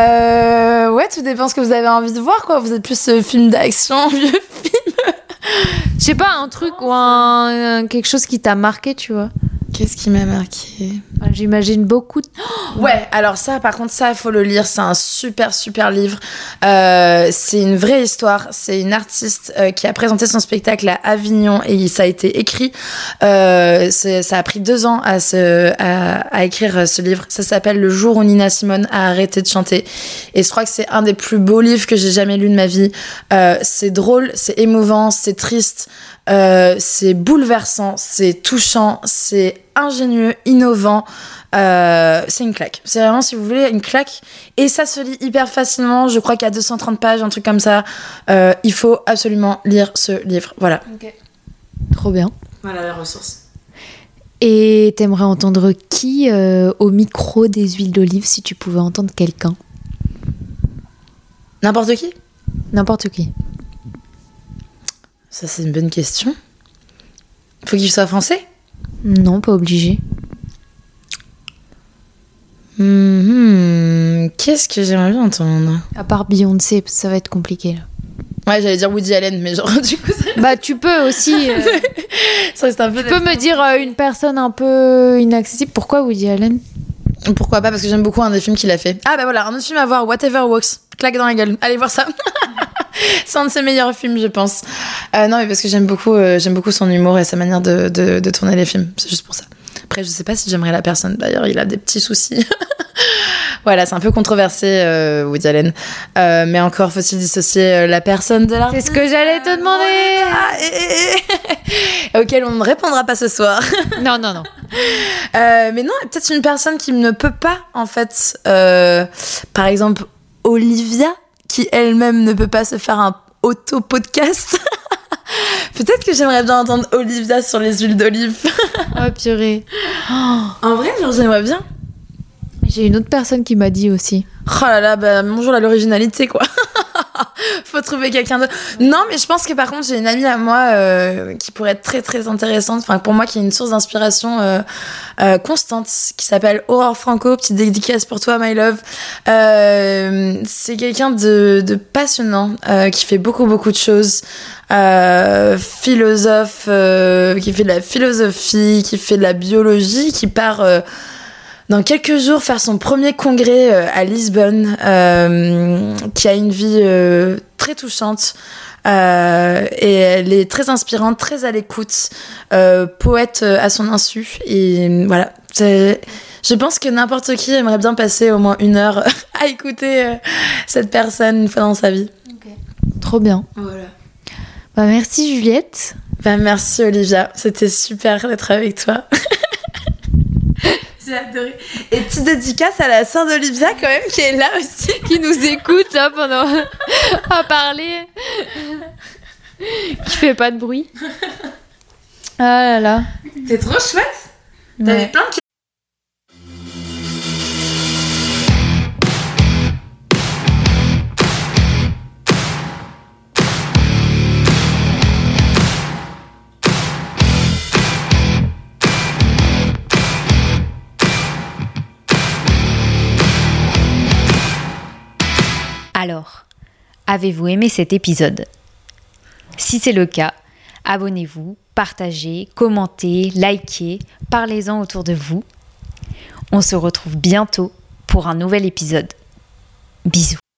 Euh, ouais, tout dépend ce que vous avez envie de voir, quoi. Vous êtes plus euh, film d'action, vieux film.
Je sais pas, un truc ou un, un- quelque chose qui t'a marqué, tu vois.
Qu'est-ce qui m'a marqué?
Enfin, j'imagine beaucoup. De...
Ouais, alors ça, par contre, ça, il faut le lire. C'est un super, super livre. Euh, c'est une vraie histoire. C'est une artiste euh, qui a présenté son spectacle à Avignon et ça a été écrit. Euh, c'est, ça a pris deux ans à, se, à, à écrire ce livre. Ça s'appelle Le jour où Nina Simone a arrêté de chanter. Et je crois que c'est un des plus beaux livres que j'ai jamais lu de ma vie. Euh, c'est drôle, c'est émouvant, c'est triste. Euh, c'est bouleversant, c'est touchant, c'est ingénieux, innovant. Euh, c'est une claque. C'est vraiment, si vous voulez, une claque. Et ça se lit hyper facilement. Je crois qu'il y a deux cent trente pages, un truc comme ça. Euh, il faut absolument lire ce livre. Voilà.
Okay. Trop bien.
Voilà la ressource.
Et t'aimerais entendre qui euh, au micro des huiles d'olive si tu pouvais entendre quelqu'un?
N'importe qui?
N'importe qui.
Ça, c'est une bonne question. Faut qu'il soit français?
Non, pas obligé.
Mmh, qu'est-ce que j'aimerais bien entendre?
À part Beyoncé, ça va être compliqué là.
Ouais, j'allais dire Woody Allen, mais genre, du coup, ça,
Bah, tu peux aussi. euh,
ça reste un peu...
tu peux me dire euh, une personne un peu inaccessible. Pourquoi Woody Allen?
Pourquoi pas, parce que j'aime beaucoup un des films qu'il a fait. Ah bah voilà, un autre film à voir, Whatever Walks. Claque dans la gueule. Allez voir ça. C'est un de ses meilleurs films, je pense. Euh, non, mais parce que j'aime beaucoup, euh, j'aime beaucoup son humour et sa manière de, de, de tourner les films. C'est juste pour ça. Après, je sais pas si j'aimerais la personne. D'ailleurs, il a des petits soucis. Voilà, c'est un peu controversé, euh, Woody Allen. Euh, mais encore, faut-il dissocier euh, la personne de l'artiste?
C'est ce que j'allais te demander.
Ah, et, et, et. Auquel on ne répondra pas ce soir.
Non, non, non.
Euh, mais non, peut-être une personne qui ne peut pas, en fait, euh, par exemple, Olivia, qui elle-même ne peut pas se faire un auto-podcast. Peut-être que j'aimerais bien entendre Olivia sur les huiles d'olive.
Oh, purée. Oh,
En vrai, genre, j'aimerais bien.
j'ai une autre personne qui m'a dit aussi.
Oh là là, bah, bonjour à l'originalité, quoi. Faut trouver quelqu'un d'autre. Non, mais je pense que par contre, j'ai une amie à moi euh, qui pourrait être très très intéressante. Enfin, pour moi, qui est une source d'inspiration euh, euh, constante, qui s'appelle Aurore Franco. Petite dédicace pour toi, my love. Euh, c'est quelqu'un de, de passionnant, euh, qui fait beaucoup beaucoup de choses. Euh, philosophe, euh, qui fait de la philosophie, qui fait de la biologie, qui part. Euh, dans quelques jours faire son premier congrès euh, à Lisbonne, euh, qui a une vie euh, très touchante. Euh, et elle est très inspirante, très à l'écoute, euh, poète à son insu. Et voilà, c'est, je pense que n'importe qui aimerait bien passer au moins une heure à écouter euh, cette personne une fois dans sa vie.
Okay. Trop bien.
Voilà.
Bah, merci Juliette.
Bah, merci Olivia, c'était super d'être avec toi. J'ai adoré. Et petite dédicace à la sœur d'Olivia quand même qui est là aussi.
Qui nous écoute là pendant à parler. Qui fait pas de bruit. Ah là là.
C'est trop chouette.
Ouais.
T'avais plein de
Alors, avez-vous aimé cet épisode ? Si c'est le cas, abonnez-vous, partagez, commentez, likez, parlez-en autour de vous. On se retrouve bientôt pour un nouvel épisode. Bisous.